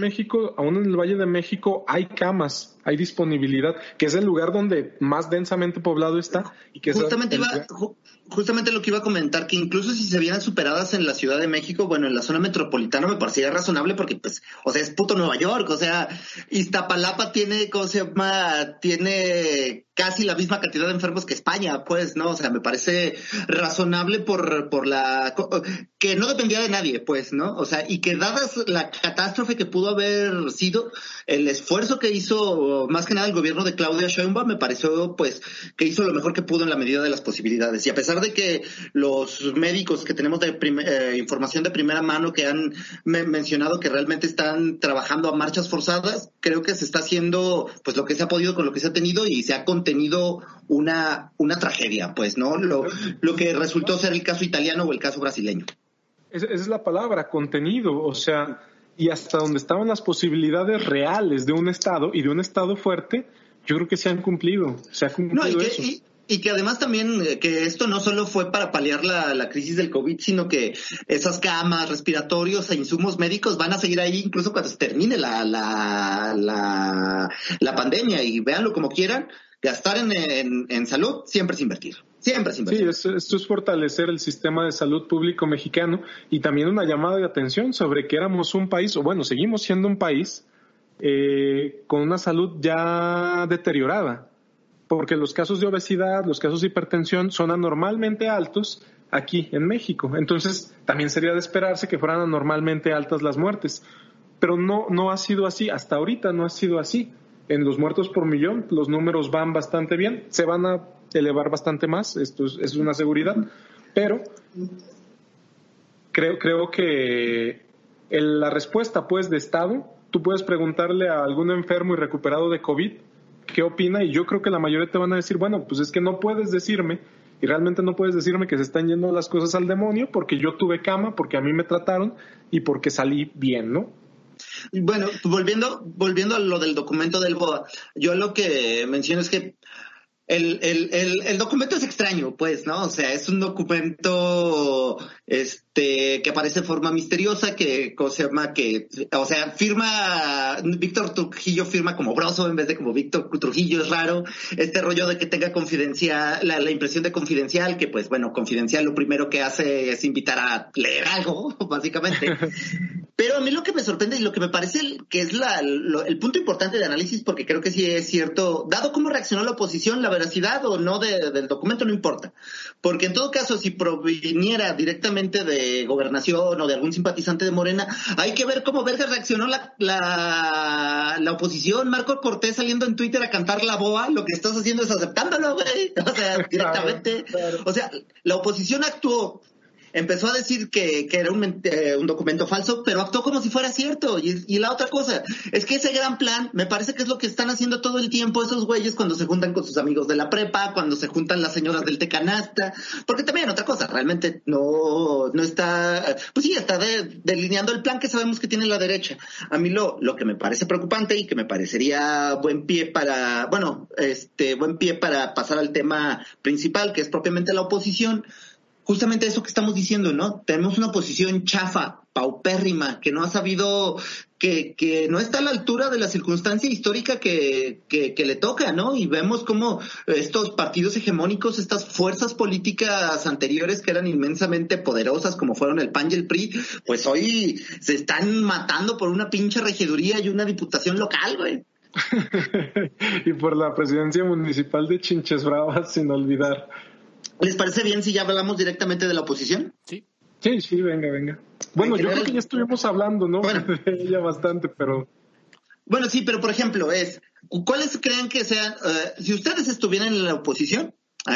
el Valle de México hay camas, hay disponibilidad, que es el lugar donde más densamente poblado está. Y que justamente lo que iba a comentar, que incluso si se vieran superadas en la Ciudad de México, bueno, en la zona metropolitana me parecería razonable porque, pues, o sea, es puto Nueva York, o sea, Iztapalapa tiene, ¿cómo se llama? Tiene casi la misma cantidad de enfermos que España, pues, ¿no? O sea, me parece razonable por la... que no dependía de nadie, pues, ¿no? O sea, y que dadas la catástrofe que pudo haber sido, el esfuerzo que hizo, más que nada el gobierno de Claudia Sheinbaum, me pareció, pues, que hizo lo mejor que pudo en la medida de las posibilidades. Y a pesar de que los médicos que tenemos información de primera mano que han mencionado que realmente están trabajando a marchas forzadas, creo que se está haciendo, pues, lo que se ha podido con lo que se ha tenido y se ha contenido una tragedia, pues, ¿no? Lo que resultó ser el caso italiano o el caso brasileño. Esa es la palabra, contenido, o sea, y hasta donde estaban las posibilidades reales de un Estado y de un Estado fuerte, yo creo que se ha cumplido eso. Y que además también que esto no solo fue para paliar la crisis del COVID, sino que esas camas, respiratorios e insumos médicos van a seguir ahí incluso cuando se termine la pandemia. Y véanlo como quieran, gastar en salud siempre es invertir. Siempre es invertir. Sí, esto es fortalecer el sistema de salud público mexicano y también una llamada de atención sobre que éramos un país, o bueno, seguimos siendo un país con una salud ya deteriorada. Porque los casos de obesidad, los casos de hipertensión son anormalmente altos aquí en México. Entonces, también sería de esperarse que fueran anormalmente altas las muertes. Pero no ha sido así. Hasta ahorita no ha sido así. En los muertos por millón, los números van bastante bien. Se van a elevar bastante más. Esto es una seguridad. Pero creo que la respuesta, pues, de Estado, tú puedes preguntarle a algún enfermo y recuperado de COVID qué opina, y yo creo que la mayoría te van a decir, bueno, pues es que no puedes decirme, y realmente no puedes decirme que se están yendo las cosas al demonio porque yo tuve cama, porque a mí me trataron y porque salí bien, ¿no? Bueno, volviendo a lo del documento del BOA, yo lo que menciono es que el documento es extraño, pues, ¿no? O sea, es un documento que aparece de forma misteriosa, firma Víctor Trujillo, firma como Broso en vez de como Víctor Trujillo, es raro. Este rollo de que tenga confidencial, la impresión de confidencial, que pues bueno, confidencial lo primero que hace es invitar a leer algo, básicamente. Pero a mí lo que me sorprende y lo que me parece que es el punto importante de análisis, porque creo que sí es cierto, dado cómo reaccionó la oposición, la veracidad o no del documento no importa. Porque en todo caso, si proviniera directamente de Gobernación o de algún simpatizante de Morena, hay que ver cómo verga reaccionó la oposición. Marco Cortés saliendo en Twitter a cantar la BOA, lo que estás haciendo es aceptándolo, güey. O sea, directamente. Claro. O sea, la oposición actuó empezó a decir que era un documento falso, pero actuó como si fuera cierto. Y la otra cosa es que ese gran plan me parece que es lo que están haciendo todo el tiempo esos güeyes cuando se juntan con sus amigos de la prepa, cuando se juntan las señoras del Tecanasta, porque también otra cosa, realmente no está, pues sí, está delineando el plan que sabemos que tiene la derecha. A mí lo que me parece preocupante y que me parecería buen pie para pasar al tema principal, que es propiamente la oposición, justamente eso que estamos diciendo, ¿no? Tenemos una oposición chafa, paupérrima, que no ha sabido, que no está a la altura de la circunstancia histórica que le toca, ¿no? Y vemos cómo estos partidos hegemónicos, estas fuerzas políticas anteriores que eran inmensamente poderosas, como fueron el PAN y el PRI, pues hoy se están matando por una pinche regiduría y una diputación local, güey. Y por la presidencia municipal de Chinches Bravas, sin olvidar. ¿Les parece bien si ya hablamos directamente de la oposición? Sí. Sí, venga. Bueno, yo creo que ya estuvimos hablando, ¿no? Bueno, de ella bastante, pero... Bueno, sí, pero por ejemplo, ¿cuáles creen que sean, si ustedes estuvieran en la oposición,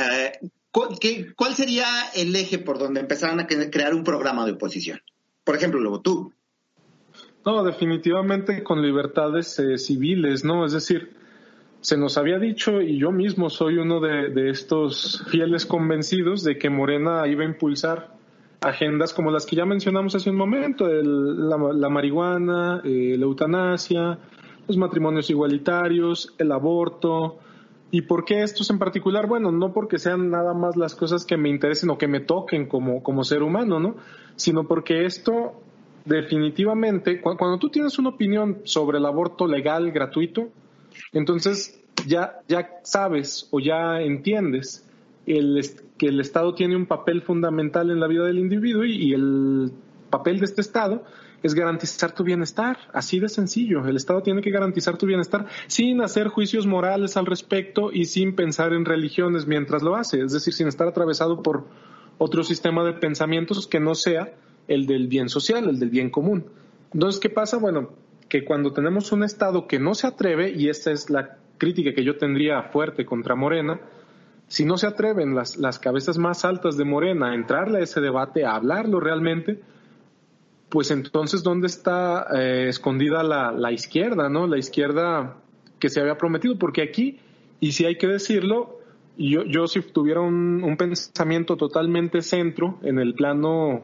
cuál sería el eje por donde empezaran a crear un programa de oposición? Por ejemplo, luego tú. No, definitivamente con libertades civiles, ¿no? Es decir, se nos había dicho, y yo mismo soy uno de estos fieles convencidos de que Morena iba a impulsar agendas como las que ya mencionamos hace un momento, la marihuana, la eutanasia, los matrimonios igualitarios, el aborto. ¿Y por qué estos en particular? Bueno, no porque sean nada más las cosas que me interesen o que me toquen como ser humano, ¿no? Sino porque esto definitivamente, cuando tú tienes una opinión sobre el aborto legal, gratuito, entonces ya sabes o ya entiendes que el Estado tiene un papel fundamental en la vida del individuo y el papel de este Estado es garantizar tu bienestar, así de sencillo. El Estado tiene que garantizar tu bienestar sin hacer juicios morales al respecto y sin pensar en religiones mientras lo hace, es decir, sin estar atravesado por otro sistema de pensamientos que no sea el del bien social, el del bien común. Entonces, ¿qué pasa? Bueno, que cuando tenemos un Estado que no se atreve, y esta es la crítica que yo tendría fuerte contra Morena, si no se atreven las cabezas más altas de Morena a entrarle a ese debate, a hablarlo realmente, pues entonces, ¿dónde está escondida la izquierda, ¿no? La izquierda que se había prometido, porque aquí, y si hay que decirlo, yo si tuviera un pensamiento totalmente centro en el plano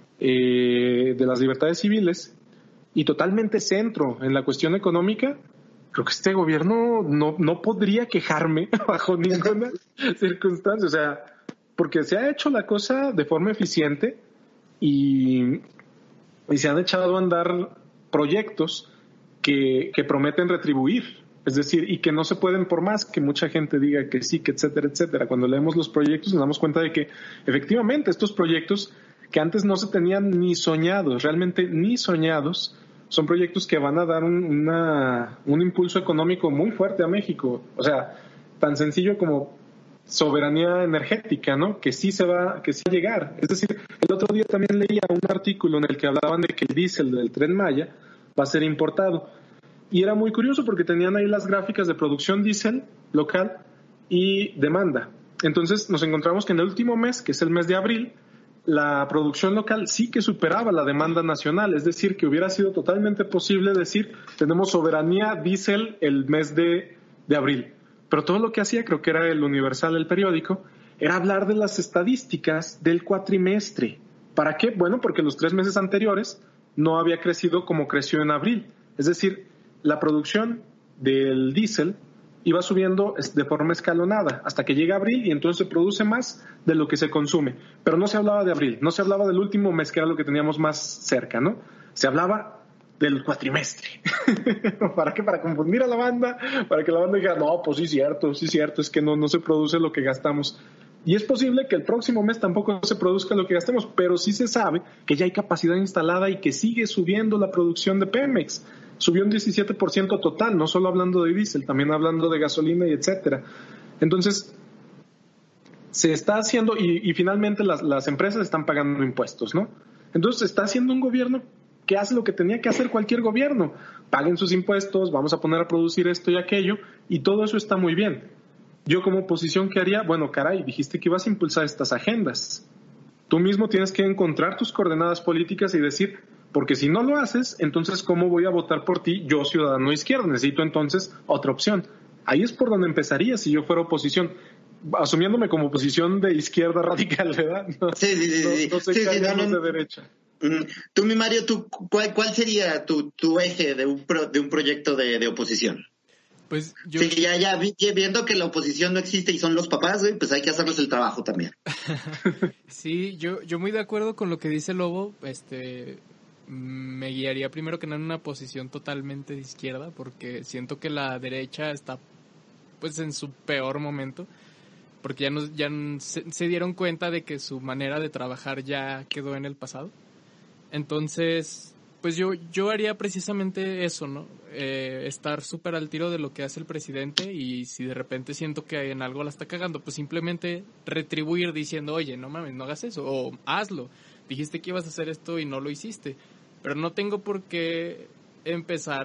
de las libertades civiles y totalmente centro en la cuestión económica, creo que este gobierno no podría quejarme bajo ninguna circunstancia, o sea, porque se ha hecho la cosa de forma eficiente y se han echado a andar proyectos que prometen retribuir, es decir, y que no se pueden, por más que mucha gente diga que sí, que etcétera, etcétera. Cuando leemos los proyectos nos damos cuenta de que efectivamente estos proyectos que antes no se tenían ni soñados, realmente ni soñados, son proyectos que van a dar un impulso económico muy fuerte a México. O sea, tan sencillo como soberanía energética, ¿no? Que sí va a llegar. Es decir, el otro día también leía un artículo en el que hablaban de que el diésel del Tren Maya va a ser importado. Y era muy curioso porque tenían ahí las gráficas de producción diésel local y demanda. Entonces nos encontramos que en el último mes, que es el mes de abril, la producción local sí que superaba la demanda nacional, es decir, que hubiera sido totalmente posible decir, tenemos soberanía diésel el mes de abril. Pero todo lo que hacía, creo que era el Universal, el periódico, era hablar de las estadísticas del cuatrimestre. ¿Para qué? Bueno, porque los 3 meses anteriores no había crecido como creció en abril. Es decir, la producción del diésel iba subiendo de forma escalonada hasta que llega abril y entonces se produce más de lo que se consume. Pero no se hablaba de abril, no se hablaba del último mes, que era lo que teníamos más cerca, ¿no? Se hablaba del cuatrimestre. ¿Para qué? Para confundir a la banda, para que la banda diga, no, pues sí cierto, es que no se produce lo que gastamos. Y es posible que el próximo mes tampoco se produzca lo que gastemos, pero sí se sabe que ya hay capacidad instalada y que sigue subiendo la producción de Pemex. Subió un 17% total, no solo hablando de diésel, también hablando de gasolina y etcétera. Entonces, se está haciendo, y finalmente las empresas están pagando impuestos, ¿no? Entonces, se está haciendo un gobierno que hace lo que tenía que hacer cualquier gobierno. Paguen sus impuestos, vamos a poner a producir esto y aquello, y todo eso está muy bien. Yo como oposición, ¿qué haría? Bueno, caray, dijiste que ibas a impulsar estas agendas. Tú mismo tienes que encontrar tus coordenadas políticas y decir, porque si no lo haces, entonces ¿cómo voy a votar por ti yo, ciudadano izquierdo? Necesito entonces otra opción. Ahí es por donde empezaría si yo fuera oposición, asumiéndome como oposición de izquierda radical, ¿verdad? No, sí. No sé qué de derecha. Tú, mi Mario, ¿cuál sería tu eje de un proyecto de oposición? Pues yo... Sí, ya viendo que la oposición no existe y son los papás, güey, pues hay que hacerles el trabajo también. Sí, yo muy de acuerdo con lo que dice Lobo. Me guiaría primero que nada en una posición totalmente de izquierda, porque siento que la derecha está pues en su peor momento, porque ya se dieron cuenta de que su manera de trabajar ya quedó en el pasado. Entonces, pues yo haría precisamente eso, ¿no? Estar súper al tiro de lo que hace el presidente, y si de repente siento que en algo la está cagando, pues simplemente retribuir diciendo, oye, no mames, no hagas eso, o hazlo. Dijiste que ibas a hacer esto y no lo hiciste. Pero no tengo por qué empezar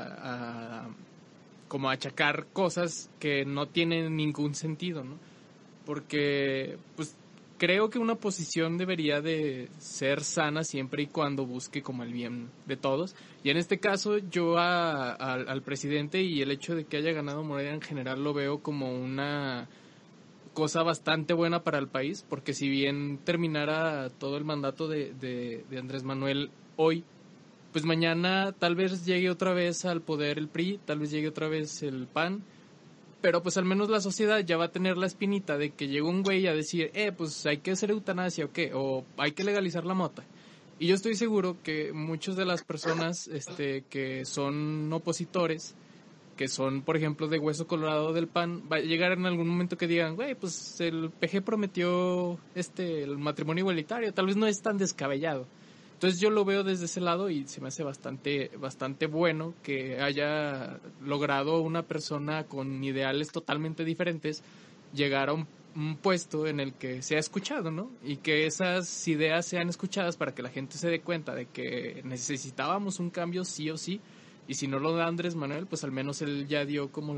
como a achacar cosas que no tienen ningún sentido, ¿no? Porque, pues, creo que una posición debería de ser sana siempre y cuando busque como el bien de todos. Y en este caso yo al presidente y el hecho de que haya ganado Morena en general lo veo como una cosa bastante buena para el país, porque si bien terminara todo el mandato de Andrés Manuel hoy, pues mañana tal vez llegue otra vez al poder el PRI, tal vez llegue otra vez el PAN, pero pues al menos la sociedad ya va a tener la espinita de que llegó un güey a decir, pues hay que hacer eutanasia o qué, o hay que legalizar la mota. Y yo estoy seguro que muchas de las personas que son opositores, que son, por ejemplo, de Hueso Colorado del PAN, va a llegar en algún momento que digan, güey, pues el PG prometió el matrimonio igualitario, tal vez no es tan descabellado. Entonces yo lo veo desde ese lado y se me hace bastante bueno que haya logrado una persona con ideales totalmente diferentes llegar a un puesto en el que sea escuchado, ¿no? Y que esas ideas sean escuchadas para que la gente se dé cuenta de que necesitábamos un cambio sí o sí. Y si no lo da Andrés Manuel, pues al menos él ya dio como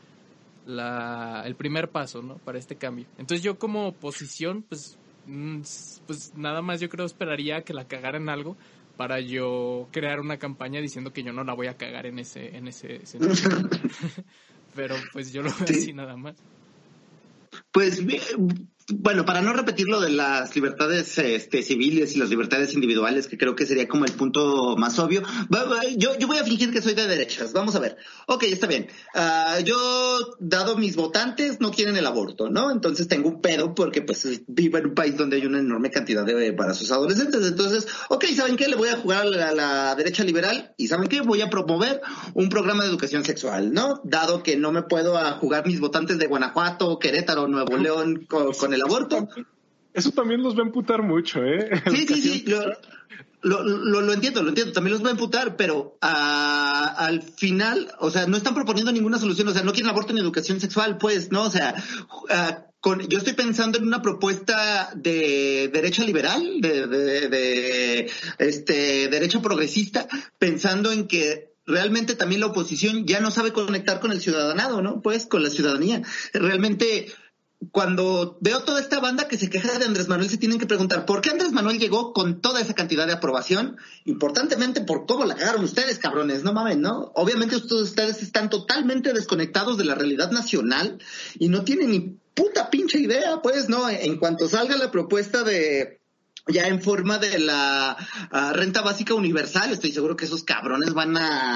el primer paso, ¿no? Para este cambio. Entonces yo como oposición, pues nada más yo creo esperaría que la cagara en algo para yo crear una campaña diciendo que yo no la voy a cagar en ese sentido. Pero pues yo lo veo así nada más. Pues bueno, para no repetir lo de las libertades civiles y las libertades individuales, que creo que sería como el punto más obvio, yo voy a fingir que soy de derechas. Vamos a ver. Ok, está bien. Yo, dado mis votantes, no quieren el aborto, ¿no? Entonces tengo un pedo porque pues vivo en un país donde hay una enorme cantidad de embarazos adolescentes. Entonces, ok, ¿saben qué? Le voy a jugar a la derecha liberal y ¿saben qué? Voy a promover un programa de educación sexual, ¿no? Dado que no me puedo jugar mis votantes de Guanajuato, Querétaro, Nuevo León con el aborto. Eso también los va a emputar mucho, ¿eh? Sí. Lo entiendo, también los va a emputar, pero al final, o sea, no están proponiendo ninguna solución, o sea, no quieren aborto ni educación sexual, pues, ¿no? O sea, yo estoy pensando en una propuesta de derecha liberal, de derecha progresista, pensando en que realmente también la oposición ya no sabe conectar con el ciudadanado, ¿no? Pues, con la ciudadanía. Realmente, cuando veo toda esta banda que se queja de Andrés Manuel, se tienen que preguntar ¿por qué Andrés Manuel llegó con toda esa cantidad de aprobación? Importantemente, por cómo la cagaron ustedes, cabrones, no mames, ¿no? Obviamente ustedes están totalmente desconectados de la realidad nacional y no tienen ni puta pinche idea, pues, ¿no? En cuanto salga la propuesta ya en forma de la renta básica universal, estoy seguro que esos cabrones van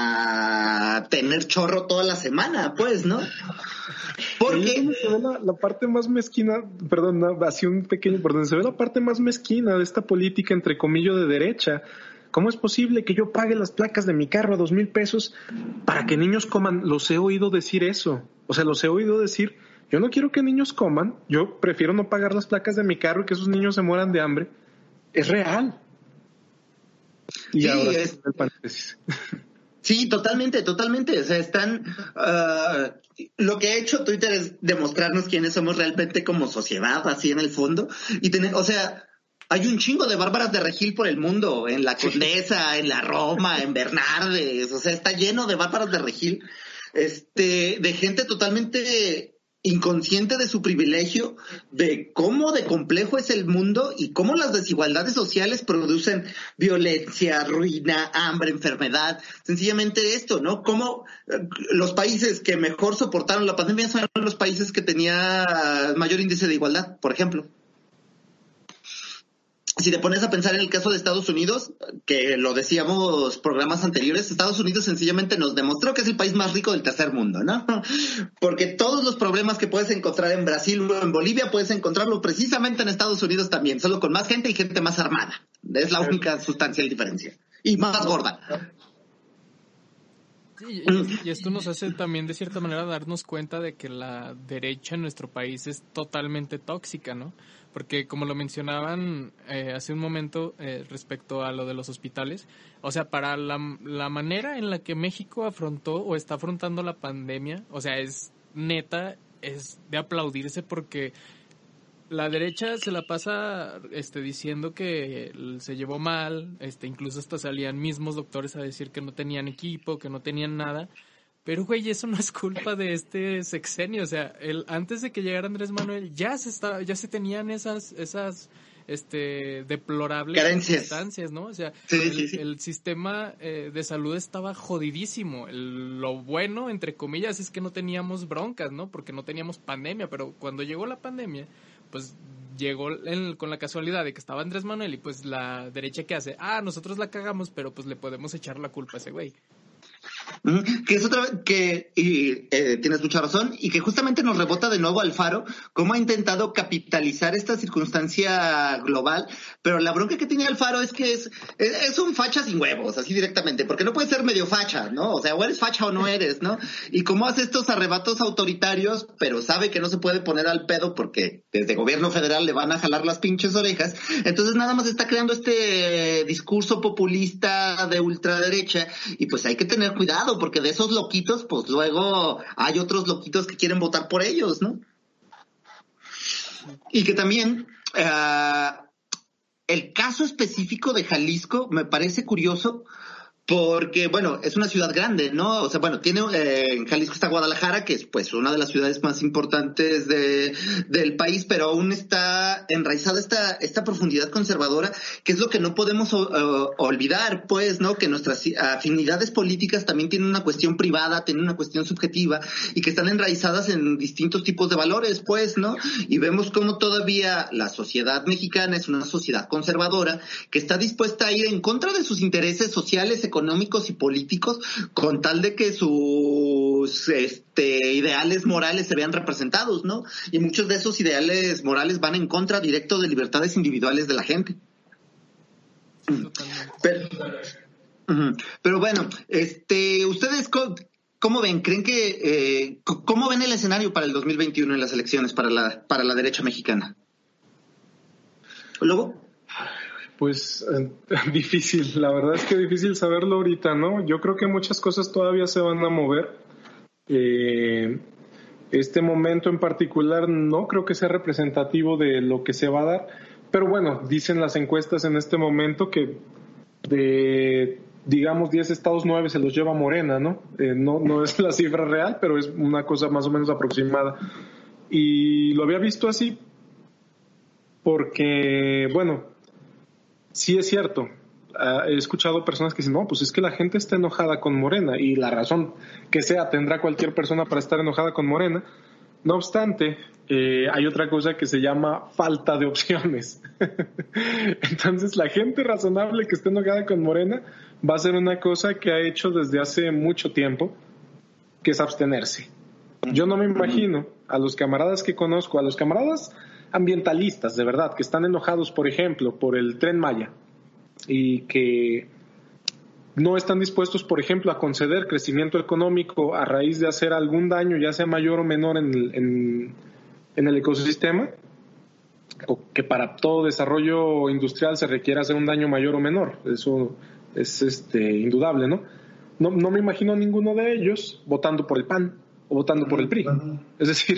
a tener chorro toda la semana, pues, ¿no? Porque se ve la parte más mezquina, perdón, así un pequeño, perdón, se ve la parte más mezquina de esta política, entre comillas, de derecha. ¿Cómo es posible que yo pague las placas de mi carro a 2,000 pesos para que niños coman? Los he oído decir eso. O sea, los he oído decir, yo no quiero que niños coman, yo prefiero no pagar las placas de mi carro y que esos niños se mueran de hambre. Es real. Y sí, ahora el paréntesis. Sí, totalmente. O sea, están... lo que ha hecho Twitter es demostrarnos quiénes somos realmente como sociedad, así en el fondo. O sea, hay un chingo de bárbaras de Regil por el mundo, en la Condesa, en la Roma, en Bernardes. O sea, está lleno de bárbaras de Regil, de gente totalmente inconsciente de su privilegio, de cómo de complejo es el mundo y cómo las desigualdades sociales producen violencia, ruina, hambre, enfermedad. Sencillamente esto, ¿no? Cómo los países que mejor soportaron la pandemia son los países que tenían mayor índice de igualdad, por ejemplo. Si te pones a pensar en el caso de Estados Unidos, que lo decíamos programas anteriores, Estados Unidos sencillamente nos demostró que es el país más rico del tercer mundo, ¿no? Porque todos los problemas que puedes encontrar en Brasil o en Bolivia puedes encontrarlo precisamente en Estados Unidos también, solo con más gente y gente más armada. Es la única sustancial diferencia. Y más gorda. Sí, y esto nos hace también de cierta manera darnos cuenta de que la derecha en nuestro país es totalmente tóxica, ¿no? Porque como lo mencionaban hace un momento respecto a lo de los hospitales, o sea, para la manera en la que México afrontó o está afrontando la pandemia, o sea, es neta, es de aplaudirse porque la derecha se la pasa diciendo que se llevó mal, incluso hasta salían mismos doctores a decir que no tenían equipo, que no tenían nada. Pero, güey, eso no es culpa de este sexenio. O sea, antes de que llegara Andrés Manuel, ya se tenían esas deplorables circunstancias, ¿no? O sea, el sistema de salud estaba jodidísimo. Lo bueno, entre comillas, es que no teníamos broncas, ¿no? Porque no teníamos pandemia. Pero cuando llegó la pandemia, pues llegó con la casualidad de que estaba Andrés Manuel y pues la derecha que hace, nosotros la cagamos, pero pues le podemos echar la culpa a ese güey. Que es otra vez tienes mucha razón, y que justamente nos rebota de nuevo Alfaro, cómo ha intentado capitalizar esta circunstancia global, pero la bronca que tiene Alfaro es que es un facha sin huevos, así directamente, porque no puede ser medio facha, ¿no? O sea, o eres facha o no eres, ¿no? Y cómo hace estos arrebatos autoritarios, pero sabe que no se puede poner al pedo porque desde gobierno federal le van a jalar las pinches orejas, entonces nada más está creando este discurso populista de ultraderecha, y pues hay que tener cuidado, porque de esos loquitos, pues luego hay otros loquitos que quieren votar por ellos, ¿no? Y que también el caso específico de Jalisco me parece curioso porque, bueno, es una ciudad grande, ¿no? O sea, bueno, en Jalisco está Guadalajara, que es pues una de las ciudades más importantes del país, pero aún está enraizada esta profundidad conservadora, que es lo que no podemos olvidar, pues, ¿no? Que nuestras afinidades políticas también tienen una cuestión privada, tienen una cuestión subjetiva, y que están enraizadas en distintos tipos de valores, pues, ¿no? Y vemos cómo todavía la sociedad mexicana es una sociedad conservadora que está dispuesta a ir en contra de sus intereses sociales, económicos y políticos, con tal de que sus ideales morales se vean representados, ¿no? Y muchos de esos ideales morales van en contra directo de libertades individuales de la gente. Pero bueno, ustedes ¿cómo ven? ¿Creen que cómo ven el escenario para el 2021 en las elecciones para la derecha mexicana? ¿Luego? Pues difícil, la verdad es que difícil saberlo ahorita, ¿no? Yo creo que muchas cosas todavía se van a mover. Este momento en particular no creo que sea representativo de lo que se va a dar, pero bueno, dicen las encuestas en este momento que de, digamos, 10 estados, 9 se los lleva Morena, ¿no? No es la cifra real, pero es una cosa más o menos aproximada. Y lo había visto así porque, bueno, sí es cierto. He escuchado personas que dicen, no, pues es que la gente está enojada con Morena, y la razón que sea tendrá cualquier persona para estar enojada con Morena. No obstante, hay otra cosa que se llama falta de opciones. Entonces, la gente razonable que esté enojada con Morena va a hacer una cosa que ha hecho desde hace mucho tiempo, que es abstenerse. Yo no me imagino a los camaradas que conozco, a los camaradas ambientalistas, de verdad, que están enojados, por ejemplo, por el Tren Maya, y que no están dispuestos, por ejemplo, a conceder crecimiento económico a raíz de hacer algún daño, ya sea mayor o menor en el ecosistema, o que para todo desarrollo industrial se requiere hacer un daño mayor o menor. Eso es indudable, ¿no? No me imagino a ninguno de ellos votando por el PAN o votando por el PRI. Es decir,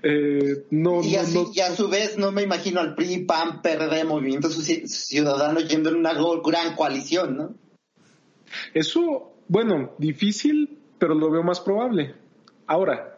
y a su vez no me imagino al PRI, PAN, PRD, Movimiento Ciudadano yendo en una gran coalición, ¿no? Eso, bueno, difícil, pero lo veo más probable. Ahora,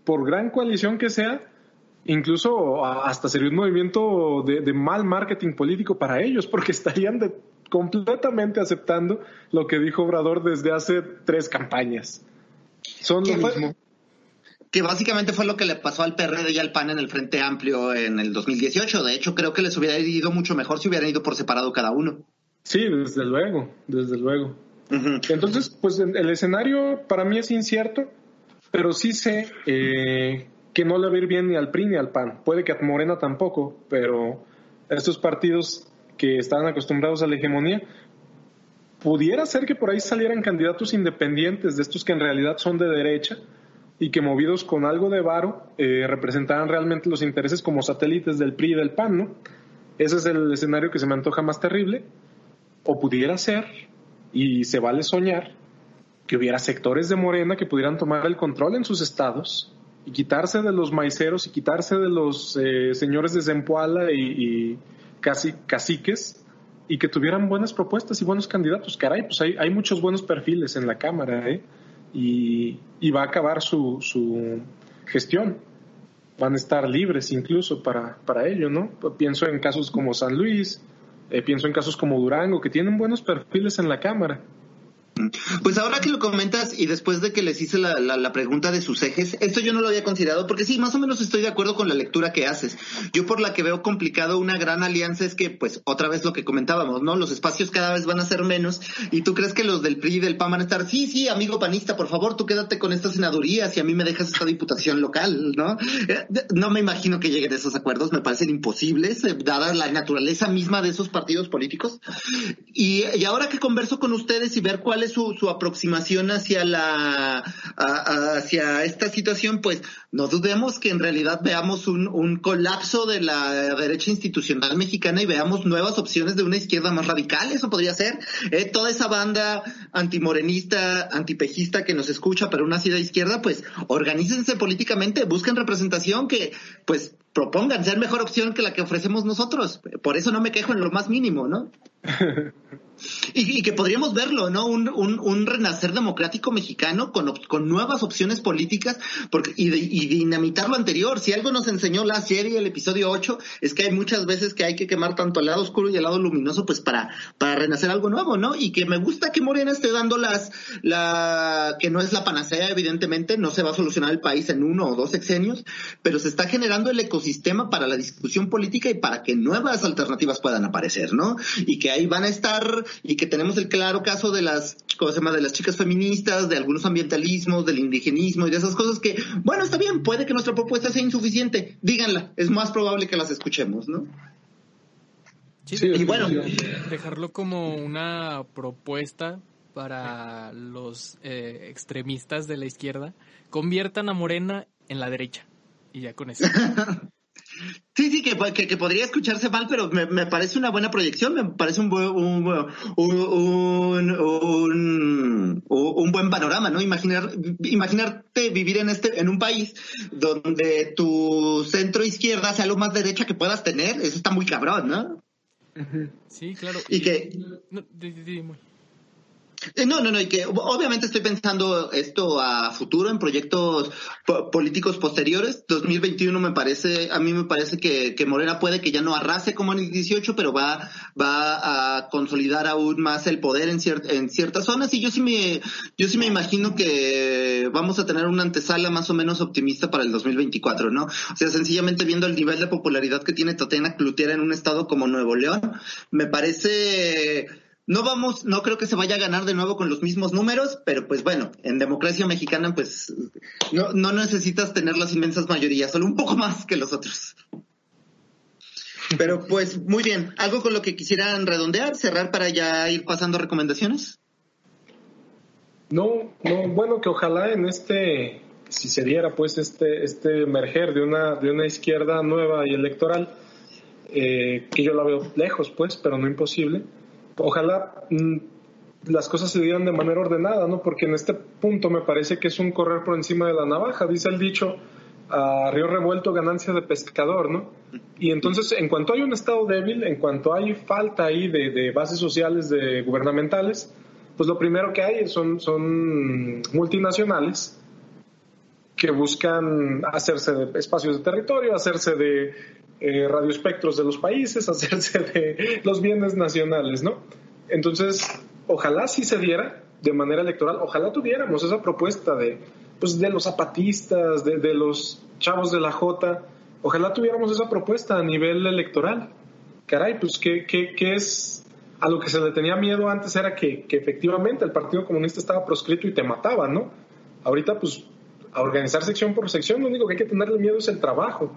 por gran coalición que sea, incluso hasta sería un movimiento de mal marketing político para ellos, porque estarían completamente aceptando lo que dijo Obrador desde hace 3 campañas. Son lo mismo. Que básicamente fue lo que le pasó al PRD y al PAN en el Frente Amplio en el 2018. De hecho, creo que les hubiera ido mucho mejor si hubieran ido por separado cada uno. Sí, desde luego. Uh-huh. Entonces, pues el escenario para mí es incierto, pero sí sé que no le va a ir bien ni al PRI ni al PAN. Puede que a Morena tampoco, pero estos partidos que están acostumbrados a la hegemonía, pudiera ser que por ahí salieran candidatos independientes, de estos que en realidad son de derecha, y que movidos con algo de varo representaran realmente los intereses como satélites del PRI y del PAN, ¿no? Ese es el escenario que se me antoja más terrible. O pudiera ser, y se vale soñar, que hubiera sectores de Morena que pudieran tomar el control en sus estados y quitarse de los maiceros y quitarse de los señores de Zempoala y casi caciques, y que tuvieran buenas propuestas y buenos candidatos. Caray, pues hay muchos buenos perfiles en la Cámara, y va a acabar su gestión. Van a estar libres incluso para ello, ¿no? Pienso en casos como San Luis, pienso en casos como Durango, que tienen buenos perfiles en la Cámara. Pues ahora que lo comentas y después de que les hice la pregunta de sus ejes, esto yo no lo había considerado porque sí, más o menos estoy de acuerdo con la lectura que haces. Yo por la que veo complicado una gran alianza es que, pues, otra vez lo que comentábamos, ¿no? Los espacios cada vez van a ser menos y tú crees que los del PRI y del PAN van a estar, sí, amigo panista, por favor, tú quédate con estas senadurías y a mí me dejas esta diputación local, ¿no? No me imagino que lleguen a esos acuerdos, me parecen imposibles, dada la naturaleza misma de esos partidos políticos. Y ahora que converso con ustedes y ver cuál es su aproximación hacia hacia esta situación, pues no dudemos que en realidad veamos un colapso de la derecha institucional mexicana y veamos nuevas opciones de una izquierda más radical. Eso podría ser. Toda esa banda antimorenista, antipejista que nos escucha, pero una así de izquierda, pues organícense políticamente, busquen representación, que pues propongan ser mejor opción que la que ofrecemos nosotros. Por eso no me quejo en lo más mínimo, ¿no? Y que podríamos verlo, ¿no? Un renacer democrático mexicano con nuevas opciones políticas y dinamitar lo anterior. Si algo nos enseñó la serie, el episodio 8, es que hay muchas veces que hay que quemar tanto el lado oscuro y el lado luminoso, pues para renacer algo nuevo, ¿no? Y que me gusta que Morena esté dando que no es la panacea, evidentemente, no se va a solucionar el país en 1 o 2 sexenios, pero se está generando el ecosistema para la discusión política y para que nuevas alternativas puedan aparecer, ¿no? Y que ahí van a estar, y que tenemos el claro caso de las chicas feministas, de algunos ambientalismos, del indigenismo y de esas cosas que, bueno, está bien, puede que nuestra propuesta sea insuficiente, díganla, es más probable que las escuchemos, ¿no? Sí, y bueno, dejarlo como una propuesta para los extremistas de la izquierda, conviertan a Morena en la derecha, y ya con eso. Sí, que podría escucharse mal, pero me parece una buena proyección, me parece un buen panorama, ¿no? Imaginarte vivir en un país donde tu centro izquierda sea lo más derecha que puedas tener, eso está muy cabrón, ¿no? Sí, claro. Y que... No, y que obviamente estoy pensando esto a futuro en proyectos políticos posteriores. 2021 a mí me parece que Morena puede que ya no arrase como en el 18, pero va a consolidar aún más el poder en ciertas zonas, y yo sí me imagino que vamos a tener una antesala más o menos optimista para el 2024, ¿no? O sea, sencillamente viendo el nivel de popularidad que tiene Tatiana Cloutier en un estado como Nuevo León, me parece... No creo que se vaya a ganar de nuevo con los mismos números, pero pues bueno, en democracia mexicana pues no necesitas tener las inmensas mayorías, solo un poco más que los otros. Pero pues muy bien, ¿algo con lo que quisieran redondear, cerrar para ya ir pasando a recomendaciones? No, bueno, que ojalá si se diera pues este emerger de una izquierda nueva y electoral, que yo la veo lejos pues, pero no imposible. Ojalá las cosas se dieran de manera ordenada, ¿no? Porque en este punto me parece que es un correr por encima de la navaja. Dice el dicho, a río revuelto ganancia de pescador, ¿no? Y entonces, en cuanto hay un estado débil, en cuanto hay falta ahí de bases sociales gubernamentales, pues lo primero que hay son multinacionales que buscan hacerse de espacios de territorio, hacerse de radioespectros de los países, hacerse de los bienes nacionales, ¿no? Entonces, ojalá sí se diera de manera electoral, ojalá tuviéramos esa propuesta de los zapatistas, de los chavos de la Jota, ojalá tuviéramos esa propuesta a nivel electoral. Caray, pues ¿qué es? A lo que se le tenía miedo antes era que efectivamente el Partido Comunista estaba proscrito y te mataba, ¿no? Ahorita, pues, a organizar sección por sección, lo único que hay que tenerle miedo es el trabajo.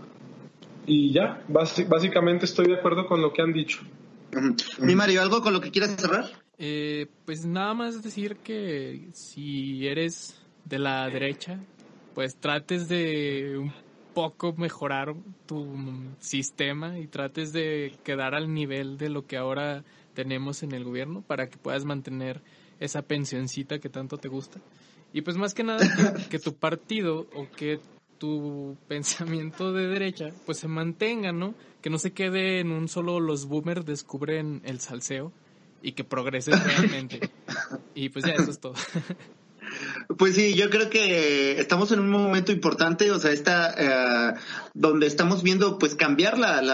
Y ya, básicamente estoy de acuerdo con lo que han dicho. Mi Mario, ¿algo con lo que quieras cerrar? Pues nada más decir que si eres de la derecha, pues trates de un poco mejorar tu sistema y trates de quedar al nivel de lo que ahora tenemos en el gobierno para que puedas mantener esa pensioncita que tanto te gusta. Y pues más que nada que tu partido o que tu pensamiento de derecha pues se mantenga, ¿no? Que no se quede en un solo los boomers descubren el salseo y que progreses realmente. Y pues ya, eso es todo. Pues sí, yo creo que estamos en un momento importante, o sea, donde estamos viendo pues cambiar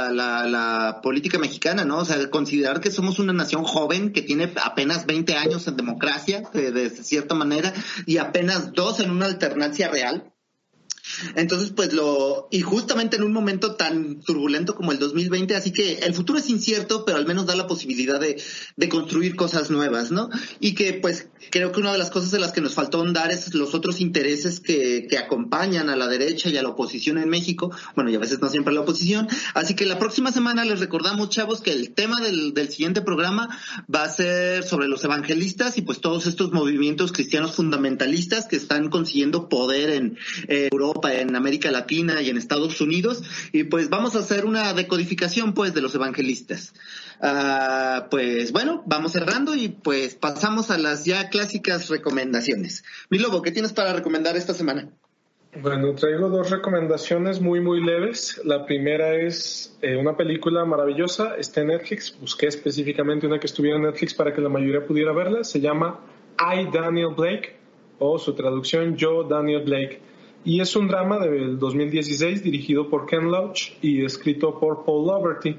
la política mexicana, ¿no? O sea, considerar que somos una nación joven que tiene apenas 20 años en democracia, de cierta manera, y apenas 2 en una alternancia real. Entonces, pues y justamente en un momento tan turbulento como el 2020, así que el futuro es incierto, pero al menos da la posibilidad de construir cosas nuevas, ¿no? Y que, pues, creo que una de las cosas de las que nos faltó ahondar es los otros intereses que acompañan a la derecha y a la oposición en México, bueno, y a veces no siempre a la oposición, así que la próxima semana les recordamos, chavos, que el tema del siguiente programa va a ser sobre los evangelistas y pues todos estos movimientos cristianos fundamentalistas que están consiguiendo poder en Europa, en América Latina y en Estados Unidos, y pues vamos a hacer una decodificación pues de los evangelistas. Pues bueno, vamos cerrando y pues pasamos a las ya clásicas recomendaciones. Mi Lobo, ¿qué tienes para recomendar esta semana? Bueno, traigo 2 recomendaciones muy muy leves. La primera es una película maravillosa, está en Netflix, busqué específicamente una que estuviera en Netflix para que la mayoría pudiera verla, se llama I, Daniel Blake, o su traducción Yo, Daniel Blake. Y es un drama del 2016 dirigido por Ken Loach y escrito por Paul Loverty.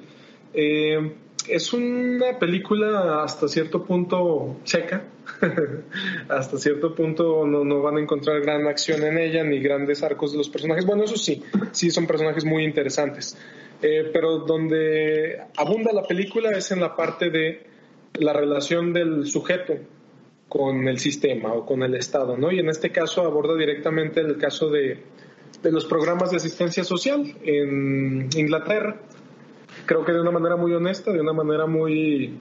Es una película hasta cierto punto seca. Hasta cierto punto no van a encontrar gran acción en ella ni grandes arcos de los personajes. Bueno, eso sí son personajes muy interesantes. Pero donde abunda la película es en la parte de la relación del sujeto con el sistema o con el Estado, ¿no? Y en este caso aborda directamente el caso de los programas de asistencia social en Inglaterra. Creo que de una manera muy honesta, de una manera muy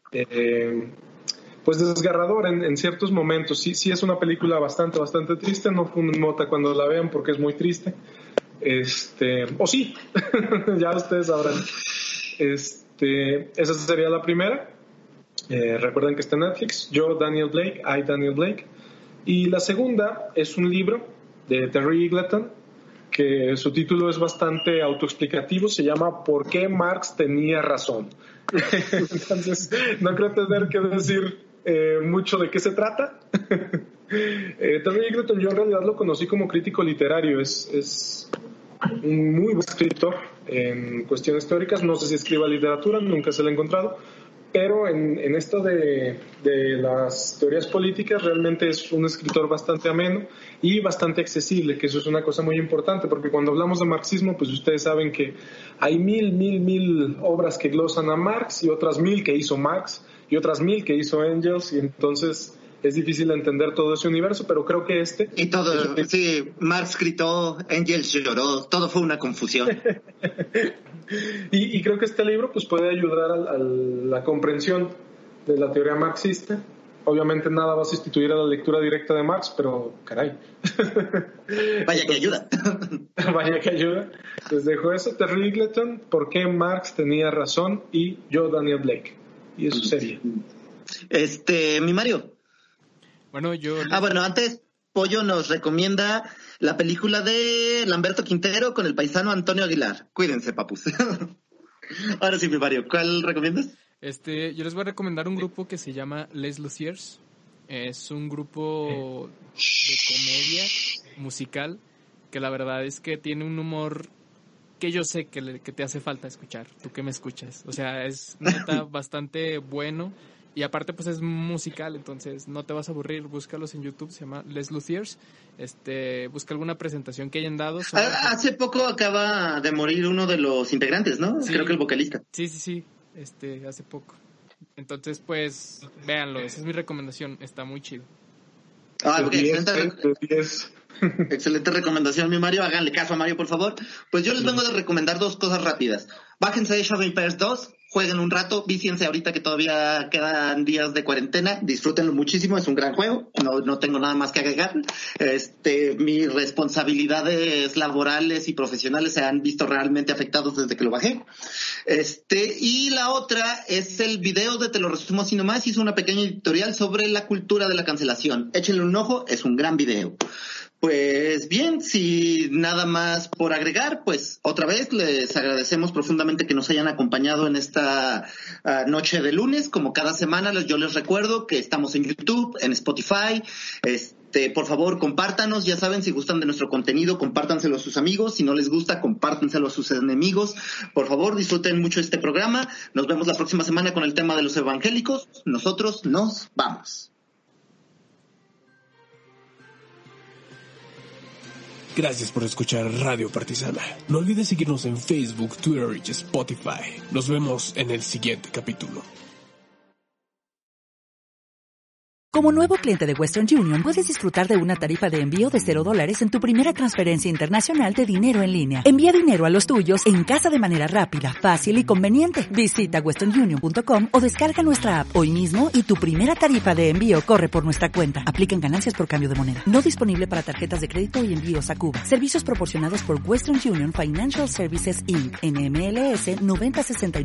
pues desgarradora en ciertos momentos. Sí es una película bastante triste, no fumen mota cuando la vean porque es muy triste. O sí, ya ustedes sabrán. Esa sería la primera. Recuerden que está en Netflix, Yo, Daniel Blake, I, Daniel Blake. Y la segunda es un libro de Terry Eagleton, que su título es bastante autoexplicativo, se llama ¿Por qué Marx tenía razón? Entonces, no creo tener que decir mucho de qué se trata. Terry Eagleton, yo en realidad lo conocí como crítico literario, es un muy buen escritor en cuestiones teóricas, no sé si escriba literatura, nunca se lo he encontrado, pero en esto de las teorías políticas realmente es un escritor bastante ameno y bastante accesible, que eso es una cosa muy importante, porque cuando hablamos de marxismo, pues ustedes saben que hay mil obras que glosan a Marx y otras 1000 que hizo Marx y otras 1000 que hizo Engels, y entonces es difícil entender todo ese universo, pero creo que Y todo, sí, Marx gritó, Engels lloró, todo fue una confusión. Y creo que este libro pues puede ayudar a la comprensión de la teoría marxista. Obviamente nada va a sustituir a la lectura directa de Marx, pero caray. Vaya que ayuda. Vaya que ayuda. Les dejo eso, Terry Eagleton, ¿Por qué Marx tenía razón? Y Yo, Daniel Blake. Y eso sería. Mi Mario. Bueno, bueno, antes Pollo nos recomienda la película de Lamberto Quintero con el paisano Antonio Aguilar. Cuídense, papus. Ahora sí, mi Mario, ¿cuál recomiendas? Yo les voy a recomendar un grupo que se llama Les Luciers. Es un grupo de comedia musical que la verdad es que tiene un humor que yo sé que te hace falta escuchar, tú que me escuchas. O sea, es neta bastante bueno y aparte pues es musical, entonces no te vas a aburrir. Búscalos en YouTube, se llama Les Luthiers. Busca alguna presentación que hayan dado. Hace poco acaba de morir uno de los integrantes, ¿no? Sí, creo que el vocalista. Sí, hace poco. Entonces pues véanlo, esa es mi recomendación, está muy chido. Excelente recomendación, mi Mario. Háganle caso a Mario, por favor. Pues yo les vengo a recomendar 2 cosas rápidas. Bájense de Age of Empires 2, jueguen un rato, víciense ahorita que todavía quedan días de cuarentena, disfrútenlo muchísimo, es un gran juego, no tengo nada más que agregar. Mis responsabilidades laborales y profesionales se han visto realmente afectados desde que lo bajé. Y la otra es el video de Te lo resumo así nomás, hizo una pequeña editorial sobre la cultura de la cancelación. Échenle un ojo, es un gran video. Pues bien, sin nada más por agregar, pues otra vez les agradecemos profundamente que nos hayan acompañado en esta noche de lunes. Como cada semana, yo les recuerdo que estamos en YouTube, en Spotify. Por favor, compártanos. Ya saben, si gustan de nuestro contenido, compártanselo a sus amigos. Si no les gusta, compártanselo a sus enemigos. Por favor, disfruten mucho este programa. Nos vemos la próxima semana con el tema de los evangélicos. Nosotros nos vamos. Gracias por escuchar Radio Partisana. No olvides seguirnos en Facebook, Twitter y Spotify. Nos vemos en el siguiente capítulo. Como nuevo cliente de Western Union, puedes disfrutar de una tarifa de envío de $0 en tu primera transferencia internacional de dinero en línea. Envía dinero a los tuyos en casa de manera rápida, fácil y conveniente. Visita westernunion.com o descarga nuestra app hoy mismo y tu primera tarifa de envío corre por nuestra cuenta. Aplican ganancias por cambio de moneda. No disponible para tarjetas de crédito y envíos a Cuba. Servicios proporcionados por Western Union Financial Services Inc. NMLS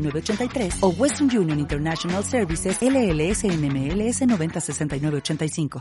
906983 o Western Union International Services LLS NMLS 906985.